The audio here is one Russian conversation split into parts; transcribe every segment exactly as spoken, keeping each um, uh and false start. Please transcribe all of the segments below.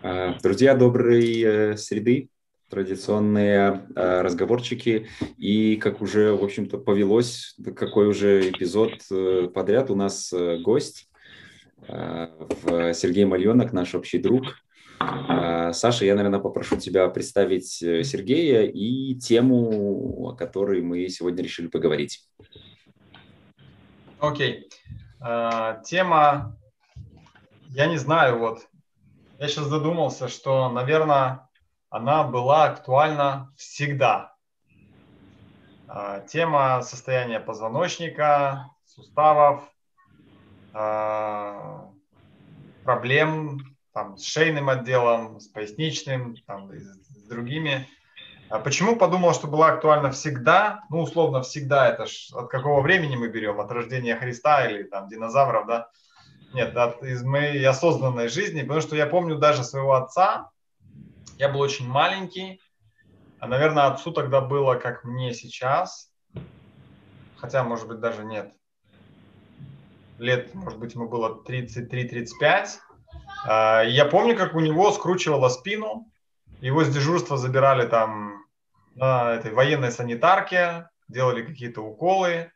Друзья, доброй э, среды, традиционные э, разговорчики. И как уже, в общем-то, повелось, какой уже эпизод э, подряд у нас э, гость э, в Сергей Мальонок, наш общий друг. Э, Саша, я, наверное, попрошу тебя представить э, Сергея и тему, о которой мы сегодня решили поговорить. Окей. Э, Тема, я не знаю, вот, я сейчас задумался, что, наверное, она была актуальна всегда. Э, Тема состояния позвоночника, суставов, э, проблем там, с шейным отделом, с поясничным, там, и с другими. А почему подумал, что была актуальна всегда? Ну, условно, всегда, это ж от какого времени мы берем? От рождения Христа или там динозавров, да? Нет, от, из моей осознанной жизни, потому что я помню даже своего отца, я был очень маленький, а, наверное, отцу тогда было, как мне сейчас, хотя, может быть, даже нет, лет, может быть, ему было тридцать три тридцать пять. Я помню, как у него скручивало спину, его с дежурства забирали там на этой военной санитарке, делали какие-то уколы.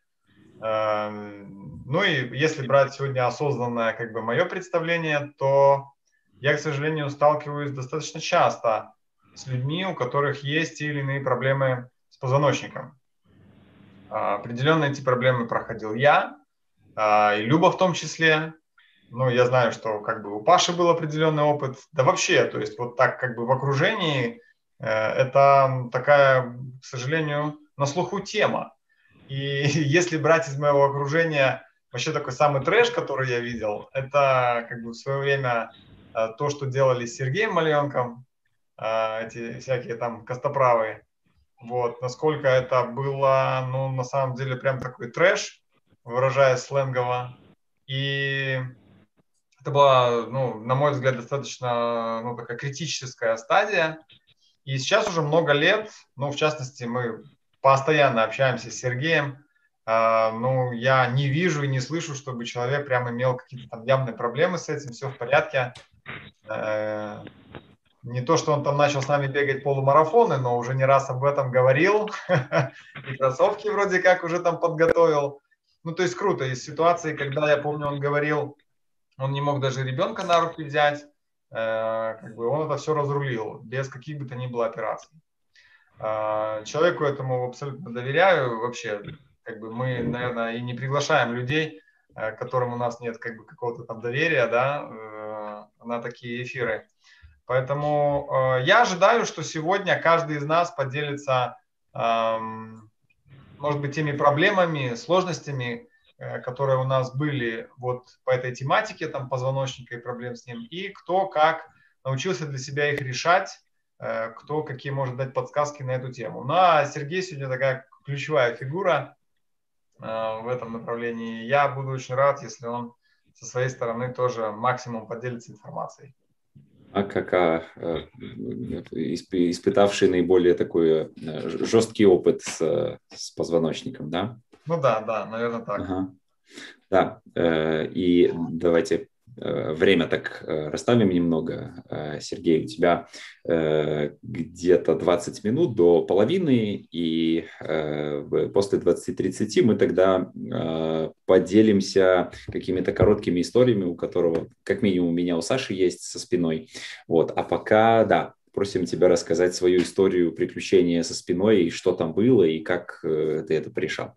Ну и если брать сегодня осознанное как бы мое представление, то я, к сожалению, сталкиваюсь достаточно часто с людьми, у которых есть те или иные проблемы с позвоночником. Определенно эти проблемы проходил я, и Люба в том числе. Ну, я знаю, что как бы у Паши был определенный опыт. Да вообще, то есть вот так как бы в окружении это такая, к сожалению, на слуху тема. И если брать из моего окружения вообще такой самый трэш, который я видел, это как бы в свое время то, что делали с Сергеем Мальонком, эти всякие там костоправы. Вот, насколько это было, ну, на самом деле, прям такой трэш, выражаясь сленгово. И это была, ну, на мой взгляд, достаточно, ну, такая критическая стадия. И сейчас уже много лет, ну, в частности, мы постоянно общаемся с Сергеем, э, ну, я не вижу и не слышу, чтобы человек прям имел какие-то там явные проблемы с этим, все в порядке. Э, не то, что он там начал с нами бегать полумарафоны, но уже не раз об этом говорил, и кроссовки вроде как уже там подготовил. Ну, то есть круто. Из ситуации, когда, я помню, он говорил, он не мог даже ребенка на руки взять, как бы он это все разрулил, без каких бы то ни было операций. Человеку этому абсолютно доверяю. Вообще, как бы мы, наверное, и не приглашаем людей, к которым у нас нет как бы какого-то там доверия, да, на такие эфиры. Поэтому я ожидаю, что сегодня каждый из нас поделится, может быть, теми проблемами, сложностями, которые у нас были вот по этой тематике, там, позвоночника и проблем с ним, и кто как научился для себя их решать, кто какие может дать подсказки на эту тему. Ну, а Сергей сегодня такая ключевая фигура в этом направлении. Я буду очень рад, если он со своей стороны тоже максимум поделится информацией. А как а, испытавший наиболее такой жесткий опыт с, с позвоночником, да? Ну да, да, наверное, так. Ага. Да, и давайте время так расставим немного. Сергей, у тебя где-то двадцать минут до половины, и после двадцати-тридцати мы тогда поделимся какими-то короткими историями, у которого, как минимум, у меня, у Саши есть со спиной. Вот. А пока, да, просим тебя рассказать свою историю приключения со спиной, и что там было, и как ты это порешал.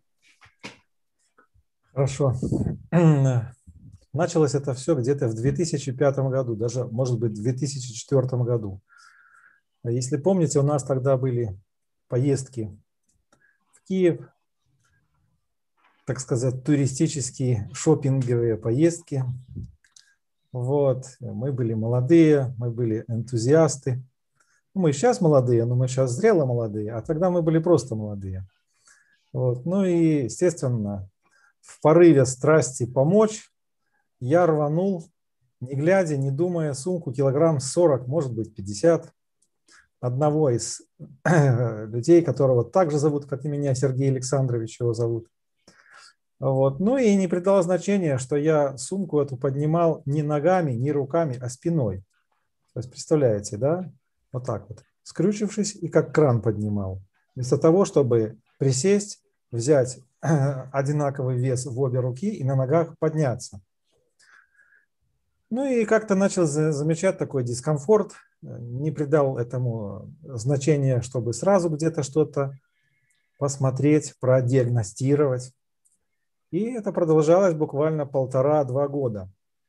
Хорошо. Началось это все где-то в две тысячи пятом году, даже, может быть, в две тысячи четвёртом году. Если помните, у нас тогда были поездки в Киев, так сказать, туристические, шопинговые поездки. Вот. Мы были молодые, мы были энтузиасты. Мы сейчас молодые, но мы сейчас зрело молодые, а тогда мы были просто молодые. Вот. Ну и, естественно, в порыве страсти помочь я рванул, не глядя, не думая, сумку килограмм сорок, может быть, пятьдесят. Одного из людей, которого также зовут, как и меня, Сергей Александрович его зовут. Вот. Ну и не придало значения, что я сумку эту поднимал не ногами, не руками, а спиной. То есть, представляете, да? Вот так вот, скрючившись и как кран поднимал. Вместо того, чтобы присесть, взять одинаковый вес в обе руки и на ногах подняться. Ну и как-то начал замечать такой дискомфорт, не придал этому значения, чтобы сразу где-то что-то посмотреть, продиагностировать. И это продолжалось буквально полтора-два года.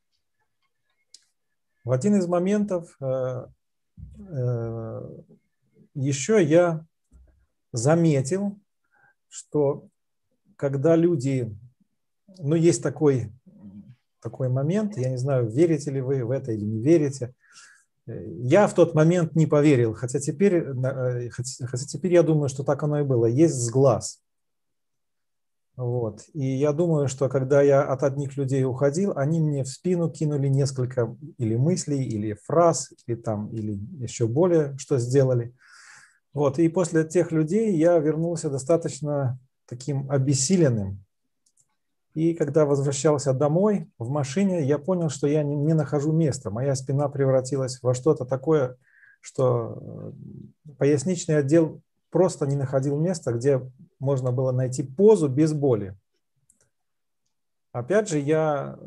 В один из моментов э, э, еще я заметил, что когда люди, ну есть такой, такой момент, я не знаю, верите ли вы в это или не верите, я в тот момент не поверил, хотя теперь, хотя, хотя теперь я думаю, что так оно и было, есть сглаз. Вот. И я думаю, что когда я от одних людей уходил, они мне в спину кинули несколько или мыслей, или фраз, или, там, или еще более что сделали. Вот. И после тех людей я вернулся достаточно таким обессиленным. И когда возвращался домой в машине, я понял, что я не, не нахожу места. Моя спина превратилась во что-то такое, что поясничный отдел просто не находил места, где можно было найти позу без боли. Опять же, я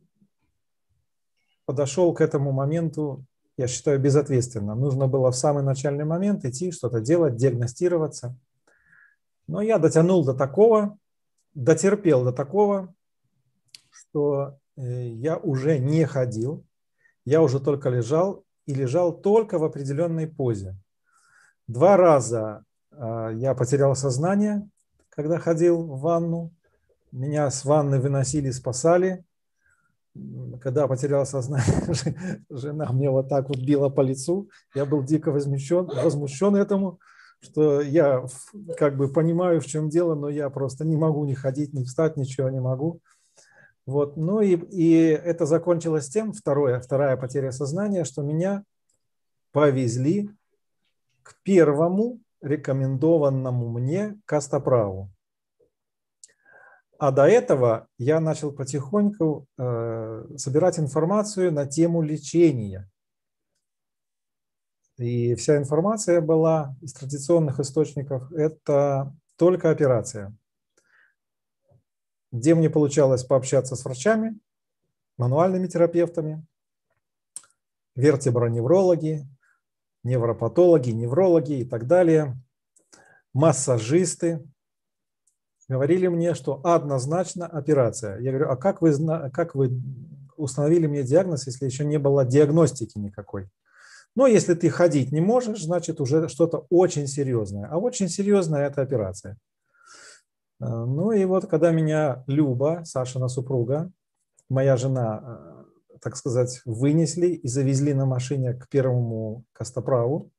подошел к этому моменту, я считаю, безответственно. Нужно было в самый начальный момент идти, что-то делать, диагностироваться. Но я дотянул до такого, дотерпел до такого, что я уже не ходил, я уже только лежал и лежал только в определенной позе. Два раза я потерял сознание, когда ходил в ванну. Меня с ванны выносили, спасали. Когда потерял сознание, жена мне вот так вот била по лицу. Я был дико возмущен, возмущен этому, что я как бы понимаю, в чем дело, но я просто не могу ни ходить, ни встать, ничего не могу. Вот. Ну и, и это закончилось тем, второе, вторая потеря сознания, что меня повезли к первому рекомендованному мне костоправу. А до этого я начал потихоньку э, собирать информацию на тему лечения. И вся информация была из традиционных источников. Это только операция, где мне получалось пообщаться с врачами, мануальными терапевтами, вертеброневрологи, невропатологи, неврологи и так далее, массажисты. Говорили мне, что однозначно операция. Я говорю, а как вы, как вы установили мне диагноз, если еще не было диагностики никакой? Но если ты ходить не можешь, значит уже что-то очень серьезное. А очень серьезное – это операция. Ну и вот когда меня Люба, Сашина супруга, моя жена, так сказать, вынесли и завезли на машине к первому костоправу,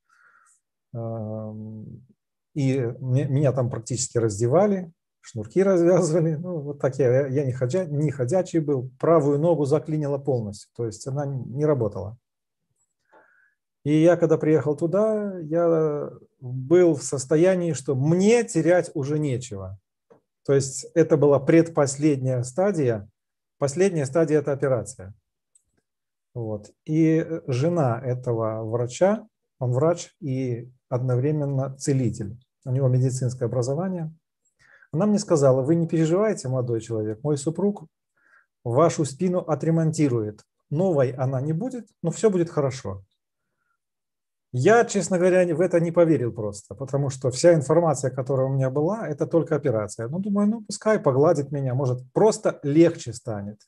и меня там практически раздевали, шнурки развязывали. Ну, вот так я, я не, ходя, не ходячий был. Правую ногу заклинило полностью, то есть она не работала. И я, когда приехал туда, я был в состоянии, что мне терять уже нечего. То есть это была предпоследняя стадия. Последняя стадия – это операция. Вот. И жена этого врача, он врач и одновременно целитель. У него медицинское образование. Она мне сказала, вы не переживайте, молодой человек, мой супруг вашу спину отремонтирует. Новой она не будет, но все будет хорошо. Я, честно говоря, в это не поверил просто, потому что вся информация, которая у меня была, это только операция. Ну, думаю, ну, пускай погладит меня, может, просто легче станет.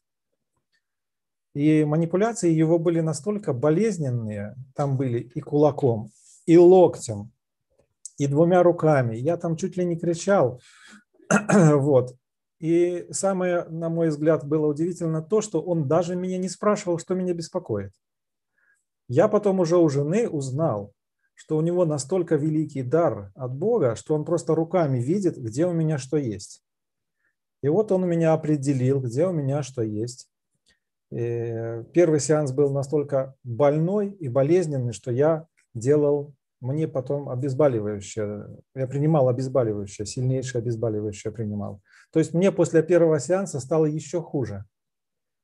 И манипуляции его были настолько болезненные, там были и кулаком, и локтем, и двумя руками. Я там чуть ли не кричал. Вот. И самое, на мой взгляд, было удивительно то, что он даже меня не спрашивал, что меня беспокоит. Я потом уже у жены узнал, что у него настолько великий дар от Бога, что он просто руками видит, где у меня что есть. И вот он меня определил, где у меня что есть. И первый сеанс был настолько больной и болезненный, что я делал, мне потом обезболивающее, я принимал обезболивающее, сильнейшее обезболивающее принимал. То есть мне после первого сеанса стало еще хуже.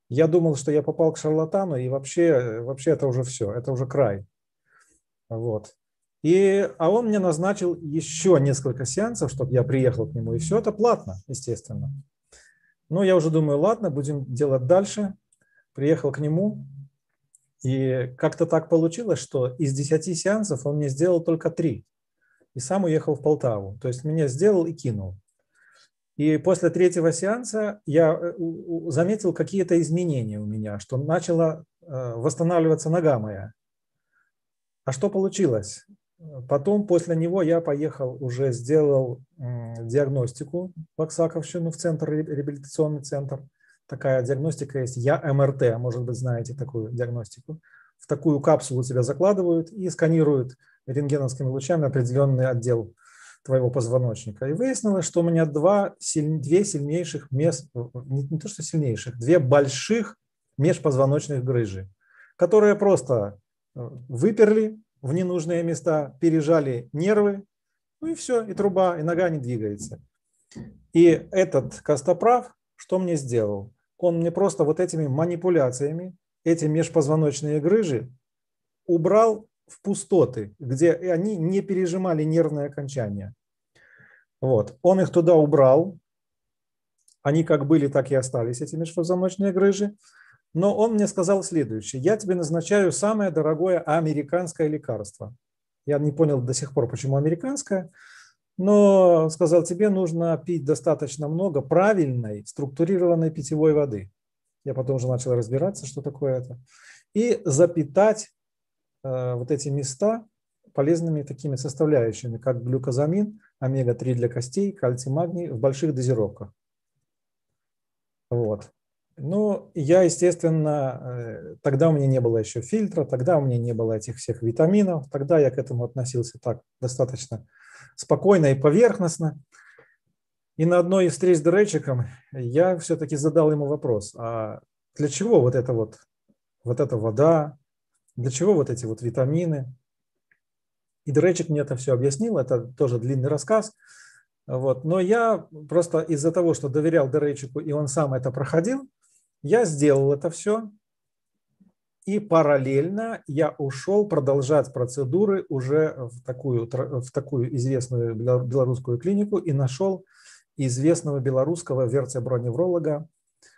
Я думал, что я попал к шарлатану, и вообще, вообще это уже все, это уже край. Вот. И, а он мне назначил еще несколько сеансов, чтобы я приехал к нему, и все это платно, естественно. Но я уже думаю, ладно, будем делать дальше. Приехал к нему, и как-то так получилось, что из десяти сеансов он мне сделал только три, и сам уехал в Полтаву. То есть меня сделал и кинул. И после третьего сеанса я заметил какие-то изменения у меня, что начала восстанавливаться нога моя. А что получилось? Потом после него я поехал, уже сделал диагностику в Аксаковщину, в центр, реабилитационный центр. Такая диагностика есть, Я-МРТ, может быть, знаете такую диагностику. В такую капсулу тебя закладывают и сканируют рентгеновскими лучами определенный отдел твоего позвоночника. И выяснилось, что у меня два, две сильнейших, мест, не, не то что сильнейших, две больших межпозвоночных грыжи, которые просто выперли в ненужные места, пережали нервы, ну и все, и труба, и нога не двигается. И этот костоправ что мне сделал? Он мне просто вот этими манипуляциями эти межпозвоночные грыжи убрал в пустоты, где они не пережимали нервные окончания. Вот. Он их туда убрал, они как были, так и остались, эти межпозвоночные грыжи. Но он мне сказал следующее: я тебе назначаю самое дорогое американское лекарство. Я не понял до сих пор, почему американское, но сказал, тебе нужно пить достаточно много правильной, структурированной питьевой воды. Я потом уже начал разбираться, что такое это. И запитать э, вот эти места полезными такими составляющими, как глюкозамин, омега три для костей, кальций, магний в больших дозировках. Вот. Ну, я, естественно, тогда у меня не было еще фильтра, тогда у меня не было этих всех витаминов, тогда я к этому относился так достаточно спокойно и поверхностно. И на одной из встреч с Деречиком я все-таки задал ему вопрос: а для чего вот это вот, вот эта вода, для чего вот эти вот витамины? И Деречик мне это все объяснил, это тоже длинный рассказ. Вот. Но я просто из-за того, что доверял Деречику, и он сам это проходил, я сделал это все, и параллельно я ушел продолжать процедуры уже в такую, в такую известную белорусскую клинику и нашел известного белорусского вертеброневролога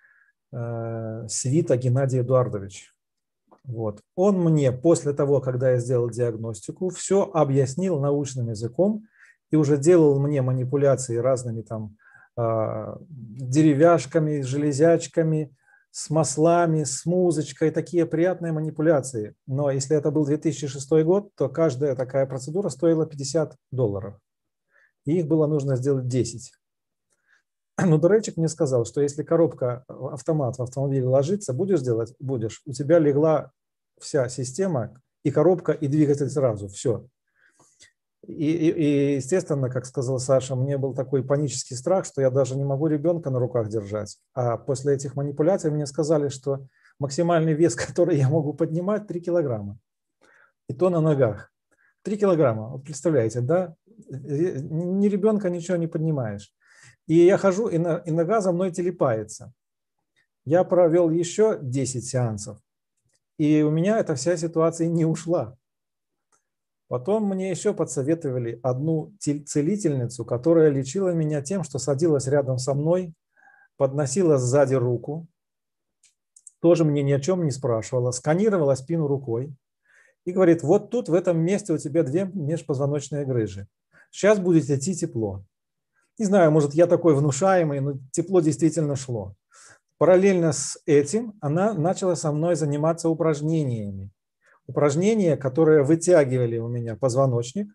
э, Свита Геннадий Эдуардович. Вот. Он мне после того, когда я сделал диагностику, все объяснил научным языком и уже делал мне манипуляции разными там э, деревяшками, железячками, с маслами, с музычкой, такие приятные манипуляции. Но если это был две тысячи шестой год, то каждая такая процедура стоила пятьдесят долларов. И их было нужно сделать десять. Но Деречик мне сказал, что если коробка, автомат в автомобиле ложится, будешь делать, будешь, у тебя легла вся система, и коробка, и двигатель сразу, все. И, и, и, естественно, как сказал Саша, мне был такой панический страх, что я даже не могу ребенка на руках держать. А после этих манипуляций мне сказали, что максимальный вес, который я могу поднимать, три килограмма. И то на ногах. три килограмма, вот представляете, да? Ни ребенка ничего не поднимаешь. И я хожу, и, на, и нога за мной телепается. Я провел еще десять сеансов. И у меня эта вся ситуация не ушла. Потом мне еще подсоветовали одну целительницу, которая лечила меня тем, что садилась рядом со мной, подносила сзади руку, тоже мне ни о чем не спрашивала, сканировала спину рукой и говорит: вот тут в этом месте у тебя две межпозвоночные грыжи. Сейчас будет идти тепло. Не знаю, может, я такой внушаемый, но тепло действительно шло. Параллельно с этим она начала со мной заниматься упражнениями. Упражнения, которые вытягивали у меня позвоночник.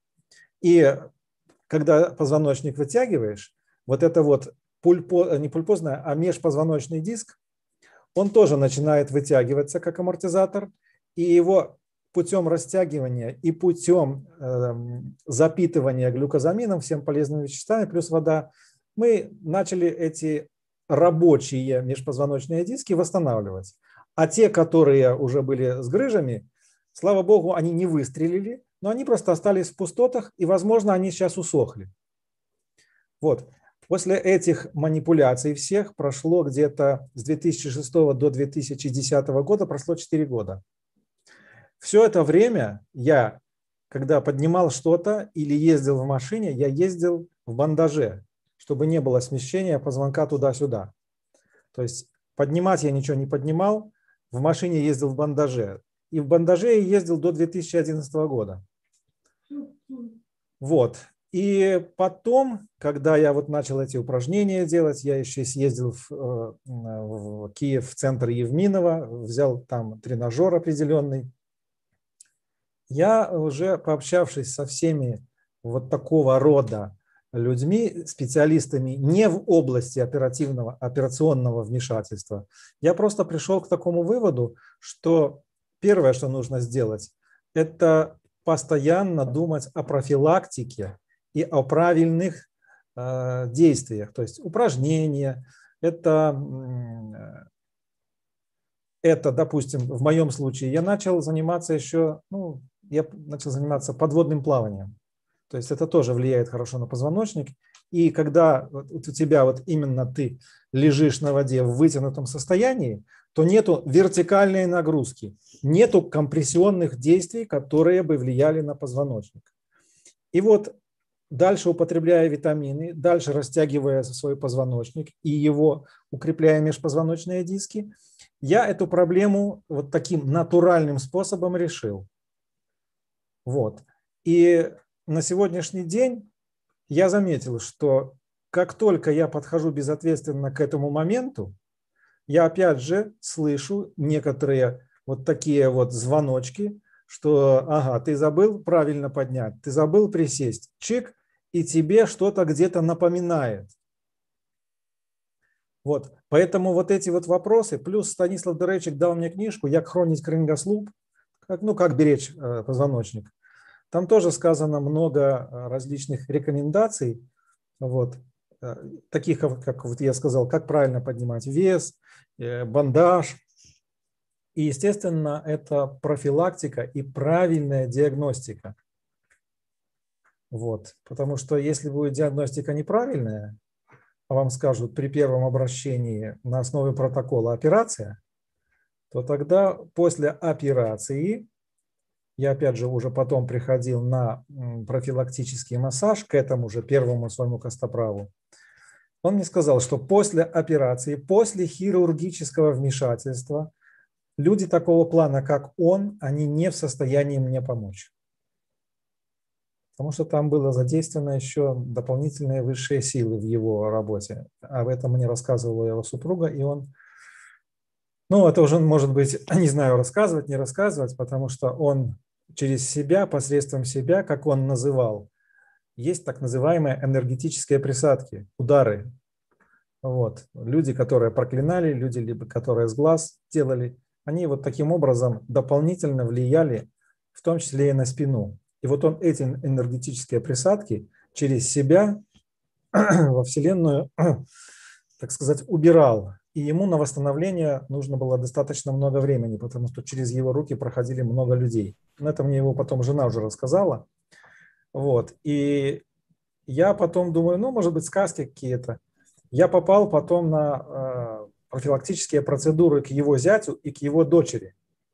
И когда позвоночник вытягиваешь, вот это вот пульпо, не пульпозное, а межпозвоночный диск, он тоже начинает вытягиваться как амортизатор. И его путем растягивания и путем э, запитывания глюкозамином, всем полезными веществами, плюс вода, мы начали эти рабочие межпозвоночные диски восстанавливать. А те, которые уже были с грыжами, слава богу, они не выстрелили, но они просто остались в пустотах, и, возможно, они сейчас усохли. Вот. После этих манипуляций всех прошло где-то с две тысячи шестого до две тысячи десятого года, прошло четыре года. Все это время я, когда поднимал что-то или ездил в машине, я ездил в бандаже, чтобы не было смещения позвонка туда-сюда. То есть поднимать я ничего не поднимал, в машине ездил в бандаже. И в бандаже я ездил до две тысячи одиннадцатого года. Вот. И потом, когда я вот начал эти упражнения делать, я еще съездил в, в Киев, в центр Евминова, взял там тренажер определенный. Я уже, пообщавшись со всеми вот такого рода людьми, специалистами не в области оперативного, операционного вмешательства, я просто пришел к такому выводу, что первое, что нужно сделать, это постоянно думать о профилактике и о правильных э, действиях, то есть упражнения, это, это, допустим, в моем случае я начал заниматься еще, ну, я начал заниматься подводным плаванием, то есть это тоже влияет хорошо на позвоночник, и когда вот у тебя вот именно ты лежишь на воде в вытянутом состоянии, то нету вертикальной нагрузки, нету компрессионных действий, которые бы влияли на позвоночник. И вот дальше употребляя витамины, дальше растягивая свой позвоночник и его укрепляя межпозвоночные диски, я эту проблему вот таким натуральным способом решил. Вот. И на сегодняшний день я заметил, что как только я подхожу безответственно к этому моменту, я опять же слышу некоторые вот такие вот звоночки, что ага, ты забыл правильно поднять, ты забыл присесть, чик, и тебе что-то где-то напоминает. Вот, поэтому вот эти вот вопросы, плюс Станислав Доречик дал мне книжку «Як хронить крингослуп», как, ну, как беречь э, позвоночник. Там тоже сказано много различных рекомендаций, вот, э, таких, как, как вот я сказал, как правильно поднимать вес, э, бандаж. И, естественно, это профилактика и правильная диагностика. Вот. Потому что если будет диагностика неправильная, а вам скажут при первом обращении на основе протокола операция, то тогда после операции, я опять же уже потом приходил на профилактический массаж к этому же первому своему костоправу, он мне сказал, что после операции, после хирургического вмешательства, люди такого плана, как он, они не в состоянии мне помочь. Потому что там было задействовано еще дополнительные высшие силы в его работе. Об этом мне рассказывала его супруга, и он, ну, это уже, может быть, не знаю, рассказывать, не рассказывать, потому что он через себя, посредством себя, как он называл, есть так называемые энергетические присадки, удары. Вот. Люди, которые проклинали, люди, либо которые с глаз делали, они вот таким образом дополнительно влияли, в том числе и на спину. И вот он эти энергетические присадки через себя во Вселенную, так сказать, убирал. И ему на восстановление нужно было достаточно много времени, потому что через его руки проходили много людей. Но это мне его потом жена уже рассказала. Вот. И я потом думаю, ну, может быть, сказки какие-то. Я попал потом на э, профилактические процедуры к его зятю и к его дочери.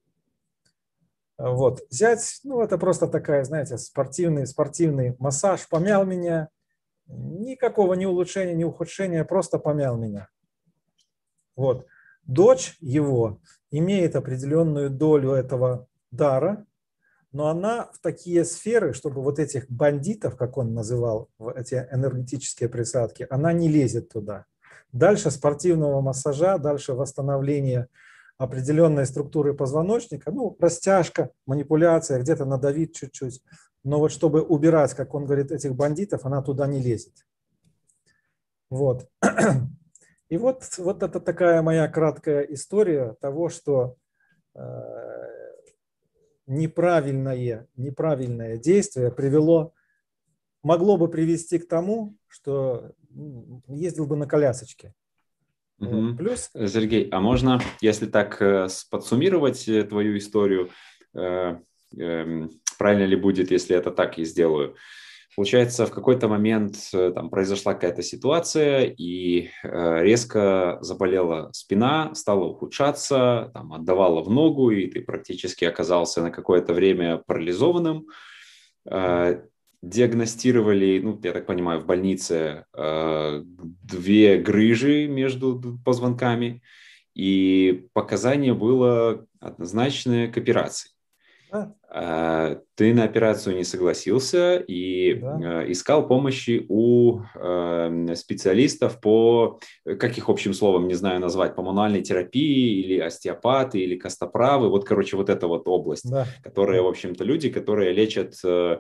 Вот. Зять, ну, это просто такая, знаете, спортивный, спортивный массаж. Помял меня. Никакого ни улучшения, ни ухудшения, просто помял меня. Вот. Дочь его имеет определенную долю этого дара, но она в такие сферы, чтобы вот этих бандитов, как он называл, эти энергетические присадки, она не лезет туда. Дальше спортивного массажа, дальше восстановления определенной структуры позвоночника, ну, растяжка, манипуляция, где-то надавить чуть-чуть. Но вот чтобы убирать, как он говорит, этих бандитов, она туда не лезет. Вот. И вот, вот это такая моя краткая история того, что э, неправильное, неправильное действие привело, могло бы привести к тому, что ездил бы на колясочке. Угу. Вот. Плюс... Сергей, а можно, если так подсуммировать твою историю, э, э, правильно ли будет, если это так и сделаю? Получается, в какой-то момент там произошла какая-то ситуация, и э, резко заболела спина, стала ухудшаться, там, отдавала в ногу, и ты практически оказался на какое-то время парализованным. Э, диагностировали, ну, я так понимаю, в больнице э, две грыжи между позвонками, и показание было однозначное к операции. Да, Ты на операцию не согласился и да. искал помощи у специалистов по, как их общим словом, не знаю назвать, по мануальной терапии или остеопаты, или костоправы. Вот, короче, вот эта вот область, Да, которые, да. в общем-то, люди, которые лечат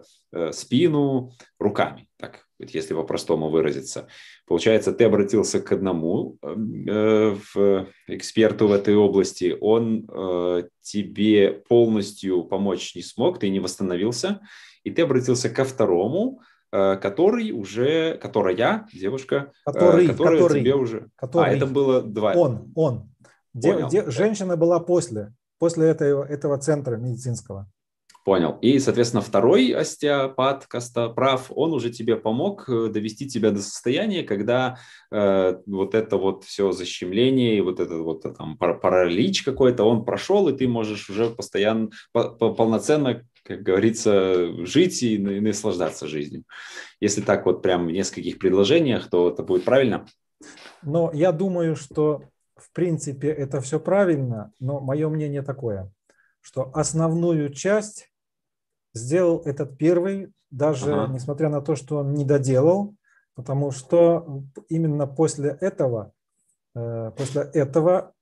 спину руками, так, если по-простому выразиться. Получается, ты обратился к одному э, в эксперту в этой области, он э, тебе полностью помочь не смог, ты не восстановился, и ты обратился ко второму, э, который уже, которая, девушка, э, Который, которая тебе который, уже... А, это который. было два... Он, он. Де, Понял. де, женщина была после, после этого, этого центра медицинского. Понял. И, соответственно, второй остеопат, костоправ, он уже тебе помог довести тебя до состояния, когда э, вот это вот все защемление и вот этот вот там паралич какой-то, он прошел, и ты можешь уже постоянно, по, по, полноценно, как говорится, жить и, и наслаждаться жизнью. Если так вот прям в нескольких предложениях, то это будет правильно? Но я думаю, что в принципе это все правильно, но мое мнение такое, что основную часть сделал этот первый, даже Ага. несмотря на то, что он не доделал, потому что именно после этого, после этого,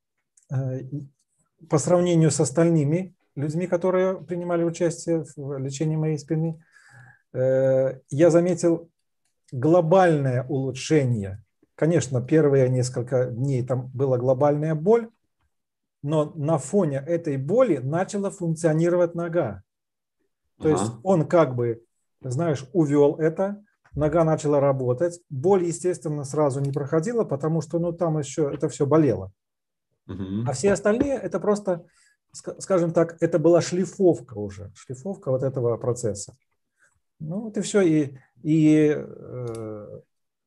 по сравнению с остальными людьми, которые принимали участие в лечении моей спины, я заметил глобальное улучшение. Конечно, первые несколько дней там была глобальная боль, но на фоне этой боли начала функционировать нога. То Ага. есть он как бы, знаешь, увел это, нога начала работать. Боль, естественно, сразу не проходила, потому что ну, там еще это все болело. Угу. А все остальные, это просто, скажем так, это была шлифовка уже, шлифовка вот этого процесса. Ну вот и все. И, и э,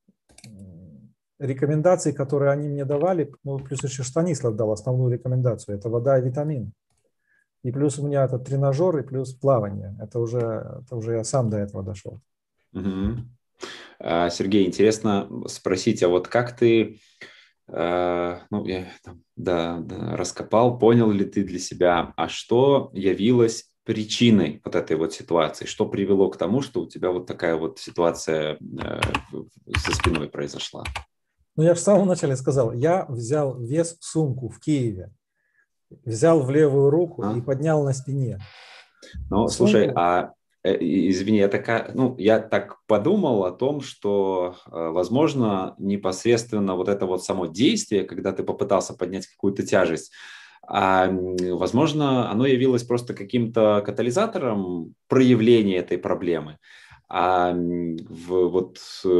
рекомендации, которые они мне давали, ну плюс еще Станислав дал основную рекомендацию, это вода и витамин. И плюс у меня это тренажер, и плюс плавание. Это уже, это уже я сам до этого дошел. Угу. А, Сергей, интересно спросить, а вот как ты, э, ну, я там, да, да, раскопал, понял ли ты для себя, а что явилось причиной вот этой вот ситуации? Что привело к тому, что у тебя вот такая вот ситуация э, со спиной произошла? Ну, я в самом начале сказал, я взял вес в сумку в Киеве, взял в левую руку А? и поднял на спине. Ну, слушай, Сумку. а э, извини, я такая, ну, я так подумал о том, что, э, возможно, непосредственно вот это вот само действие, когда ты попытался поднять какую-то тяжесть, а, возможно, оно явилось просто каким-то катализатором проявления этой проблемы. А в, вот,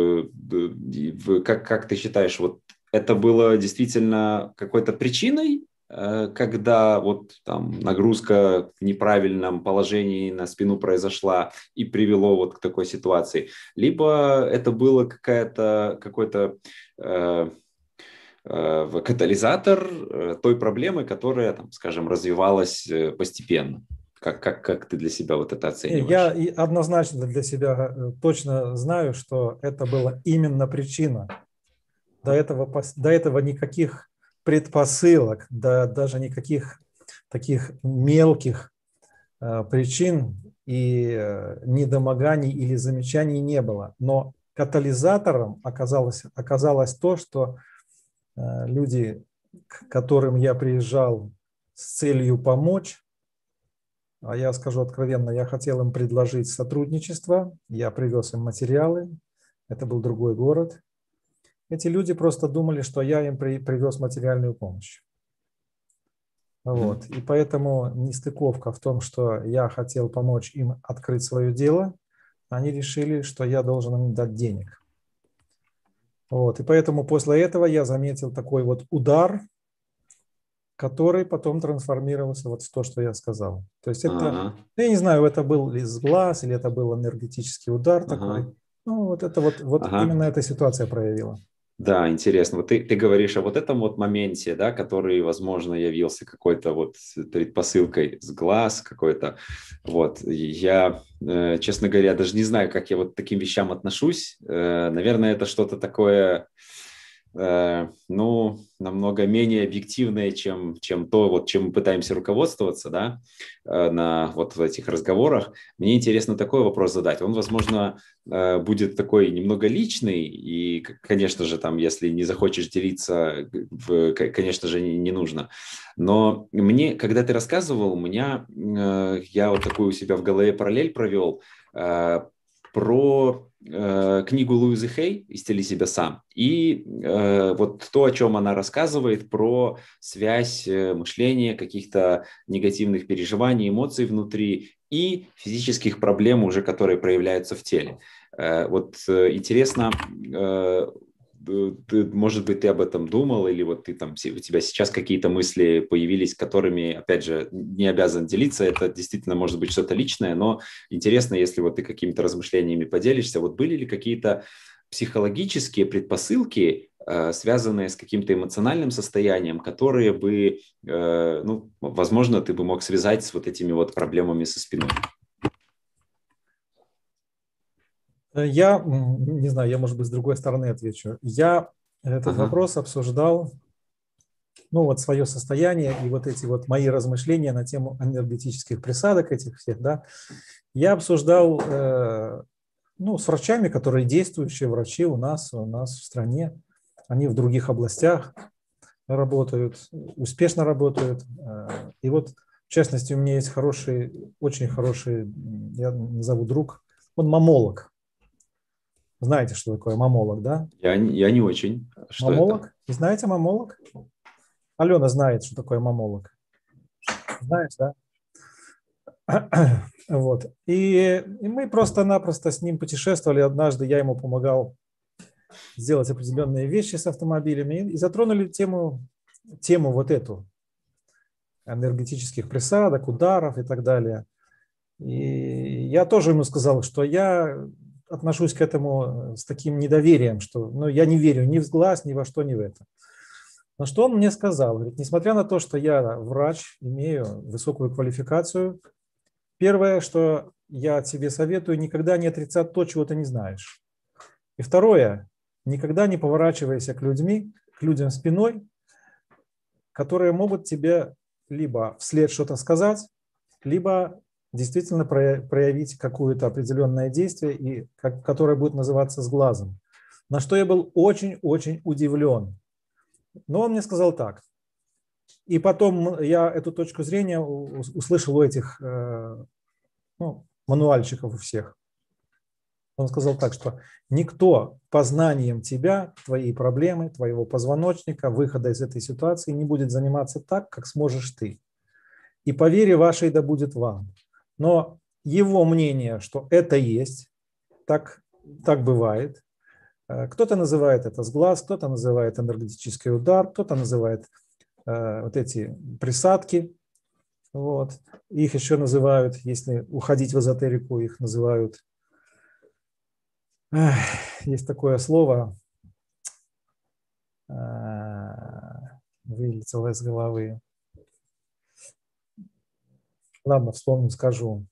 в, как, как ты считаешь, вот это было действительно какой-то причиной, когда вот там нагрузка в неправильном положении на спину произошла и привело вот к такой ситуации, либо это было какая-то, какой-то э, э, катализатор э, той проблемы, которая, там, скажем, развивалась постепенно. Как, как, как ты для себя вот это Я оцениваешь? однозначно для себя точно знаю, что это была именно причина. До этого, до этого никаких предпосылок, да, даже никаких таких мелких э, причин и э, недомоганий или замечаний не было. Но катализатором оказалось, оказалось то, что э, люди, к которым я приезжал с целью помочь, а я скажу откровенно, я хотел им предложить сотрудничество, я привез им материалы, это был другой город. Эти люди просто думали, что я им при, привез материальную помощь. Вот. И поэтому нестыковка в том, что я хотел помочь им открыть свое дело, они решили, что я должен им дать денег. Вот. И поэтому после этого я заметил такой вот удар, который потом трансформировался вот в то, что я сказал. То есть это, Ага. я не знаю, это был ли сглаз, или это был энергетический удар такой. Ага. Ну, вот это вот, вот Ага. именно эта ситуация проявила. Да, интересно. Вот ты, ты говоришь о вот этом вот моменте, да, который, возможно, явился какой-то вот предпосылкой с глаз какой-то. Вот. Я, э, честно говоря, даже не знаю, как я вот к таким вещам отношусь. Э, наверное, это что-то такое, э, ну, намного менее объективное, чем, чем то, вот, чем мы пытаемся руководствоваться, да, э, на вот в этих разговорах. Мне интересно такой вопрос задать. Он, возможно, будет такой немного личный, и, конечно же, там, если не захочешь делиться, конечно же, не нужно. Но мне, когда ты рассказывал, у меня, я вот такую у себя в голове параллель провел про книгу Луизы Хей «Исцели себя сам». И вот то, о чем она рассказывает, про связь мышления, каких-то негативных переживаний, эмоций внутри и физических проблем уже, которые проявляются в теле. Вот интересно, может быть, ты об этом думал, или вот ты там, у тебя сейчас какие-то мысли появились, которыми, опять же, не обязан делиться, это действительно может быть что-то личное, но интересно, если вот ты какими-то размышлениями поделишься, вот были ли какие-то психологические предпосылки, связанные с каким-то эмоциональным состоянием, которые бы, ну, возможно, ты бы мог связать с вот этими вот проблемами со спиной? Я, не знаю, я, может быть, с другой стороны отвечу. Я этот Ага. вопрос обсуждал, ну, вот свое состояние и вот эти вот мои размышления на тему энергетических присадок этих всех, да, я обсуждал, ну, с врачами, которые действующие врачи у нас, у нас в стране. Они в других областях работают, успешно работают. И вот, в частности, у меня есть хороший, очень хороший, я назову друг, он мамолог. Знаете, что такое мамолог, да? Я, я не очень. Что мамолог? это? Вы знаете мамолог? Алена знает, что такое мамолог. Знаешь, да? Вот. И, и мы просто-напросто с ним путешествовали. Однажды я ему помогал сделать определенные вещи с автомобилями и затронули тему, тему вот эту энергетических присадок, ударов и так далее. И я тоже ему сказал, что я отношусь к этому с таким недоверием, что ну, я не верю ни в глаз, ни во что, ни в это. На что он мне сказал, говорит, несмотря на то, что я врач, имею высокую квалификацию, первое, что я тебе советую, никогда не отрицать то, чего ты не знаешь. И второе, никогда не поворачивайся к людьми, к людям спиной, которые могут тебе либо вслед что-то сказать, либо действительно проявить какое-то определенное действие, и, которое будет называться сглазом. На что я был очень-очень удивлен. Но он мне сказал так. И потом я эту точку зрения услышал у этих ну, мануальщиков у всех. Он сказал так, что никто познанием тебя, твоей проблемы, твоего позвоночника, выхода из этой ситуации не будет заниматься так, как сможешь ты. И по вере вашей да будет вам. Но его мнение, что это есть, так, так бывает. Кто-то называет это сглаз, кто-то называет энергетический удар, кто-то называет э, вот эти присадки. Вот. Их еще называют, если уходить в эзотерику, их называют, эх, есть такое слово, э, вылетело из головы. Ладно, вспомню, скажу.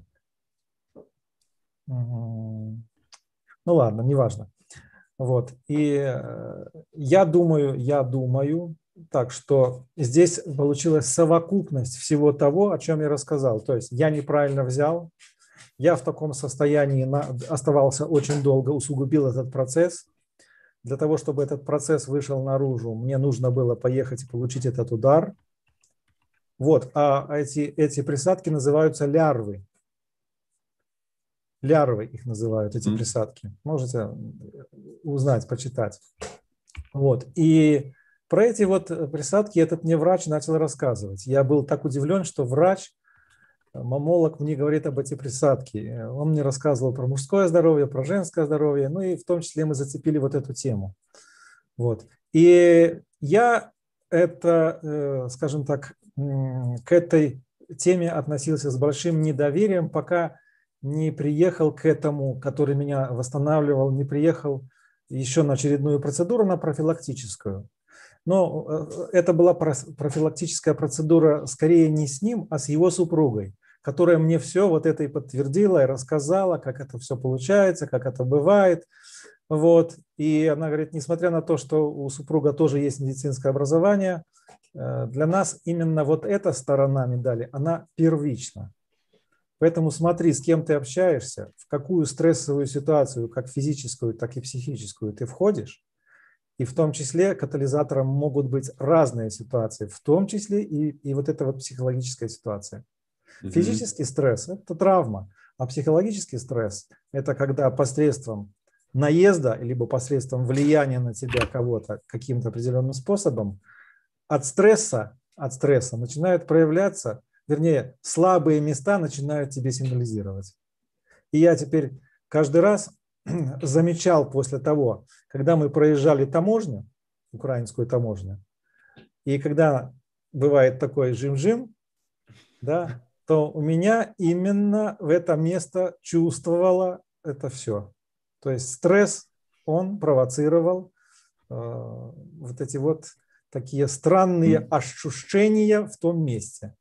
Ну ладно, неважно. Вот. И я думаю, я думаю, так что здесь получилась совокупность всего того, о чем я рассказал. То есть я неправильно взял, я в таком состоянии оставался очень долго, усугубил этот процесс. Для того, чтобы этот процесс вышел наружу, мне нужно было поехать и получить этот удар. Вот. А эти, эти присадки называются лярвы. Лярвы их называют, эти присадки. Можете узнать, почитать. Вот. И про эти вот присадки этот мне врач начал рассказывать. Я был так удивлен, что врач, мамолог, мне говорит об эти присадки. Он мне рассказывал про мужское здоровье, про женское здоровье, ну и в том числе мы зацепили вот эту тему. Вот. И я это, скажем так, к этой теме относился с большим недоверием, пока не приехал к этому, который меня восстанавливал, не приехал еще на очередную процедуру, на профилактическую. Но это была профилактическая процедура скорее не с ним, а с его супругой, которая мне все вот это и подтвердила, и рассказала, как это все получается, как это бывает. Вот. И она говорит, несмотря на то, что у супруга тоже есть медицинское образование, для нас именно вот эта сторона медали, она первична. Поэтому смотри, с кем ты общаешься, в какую стрессовую ситуацию, как физическую, так и психическую, ты входишь. И в том числе катализатором могут быть разные ситуации, в том числе и, и вот эта вот психологическая ситуация. Mm-hmm. Физический стресс – это травма, а психологический стресс – это когда посредством наезда, либо посредством влияния на тебя кого-то каким-то определенным способом от стресса, от стресса начинают проявляться, вернее, слабые места начинают тебе сигнализировать. И я теперь каждый раз замечал после того, когда мы проезжали таможню, украинскую таможню, и когда бывает такой жим-жим, да, то у меня именно в это место чувствовало это все. То есть стресс, он провоцировал э, вот эти вот такие странные ощущения в том месте.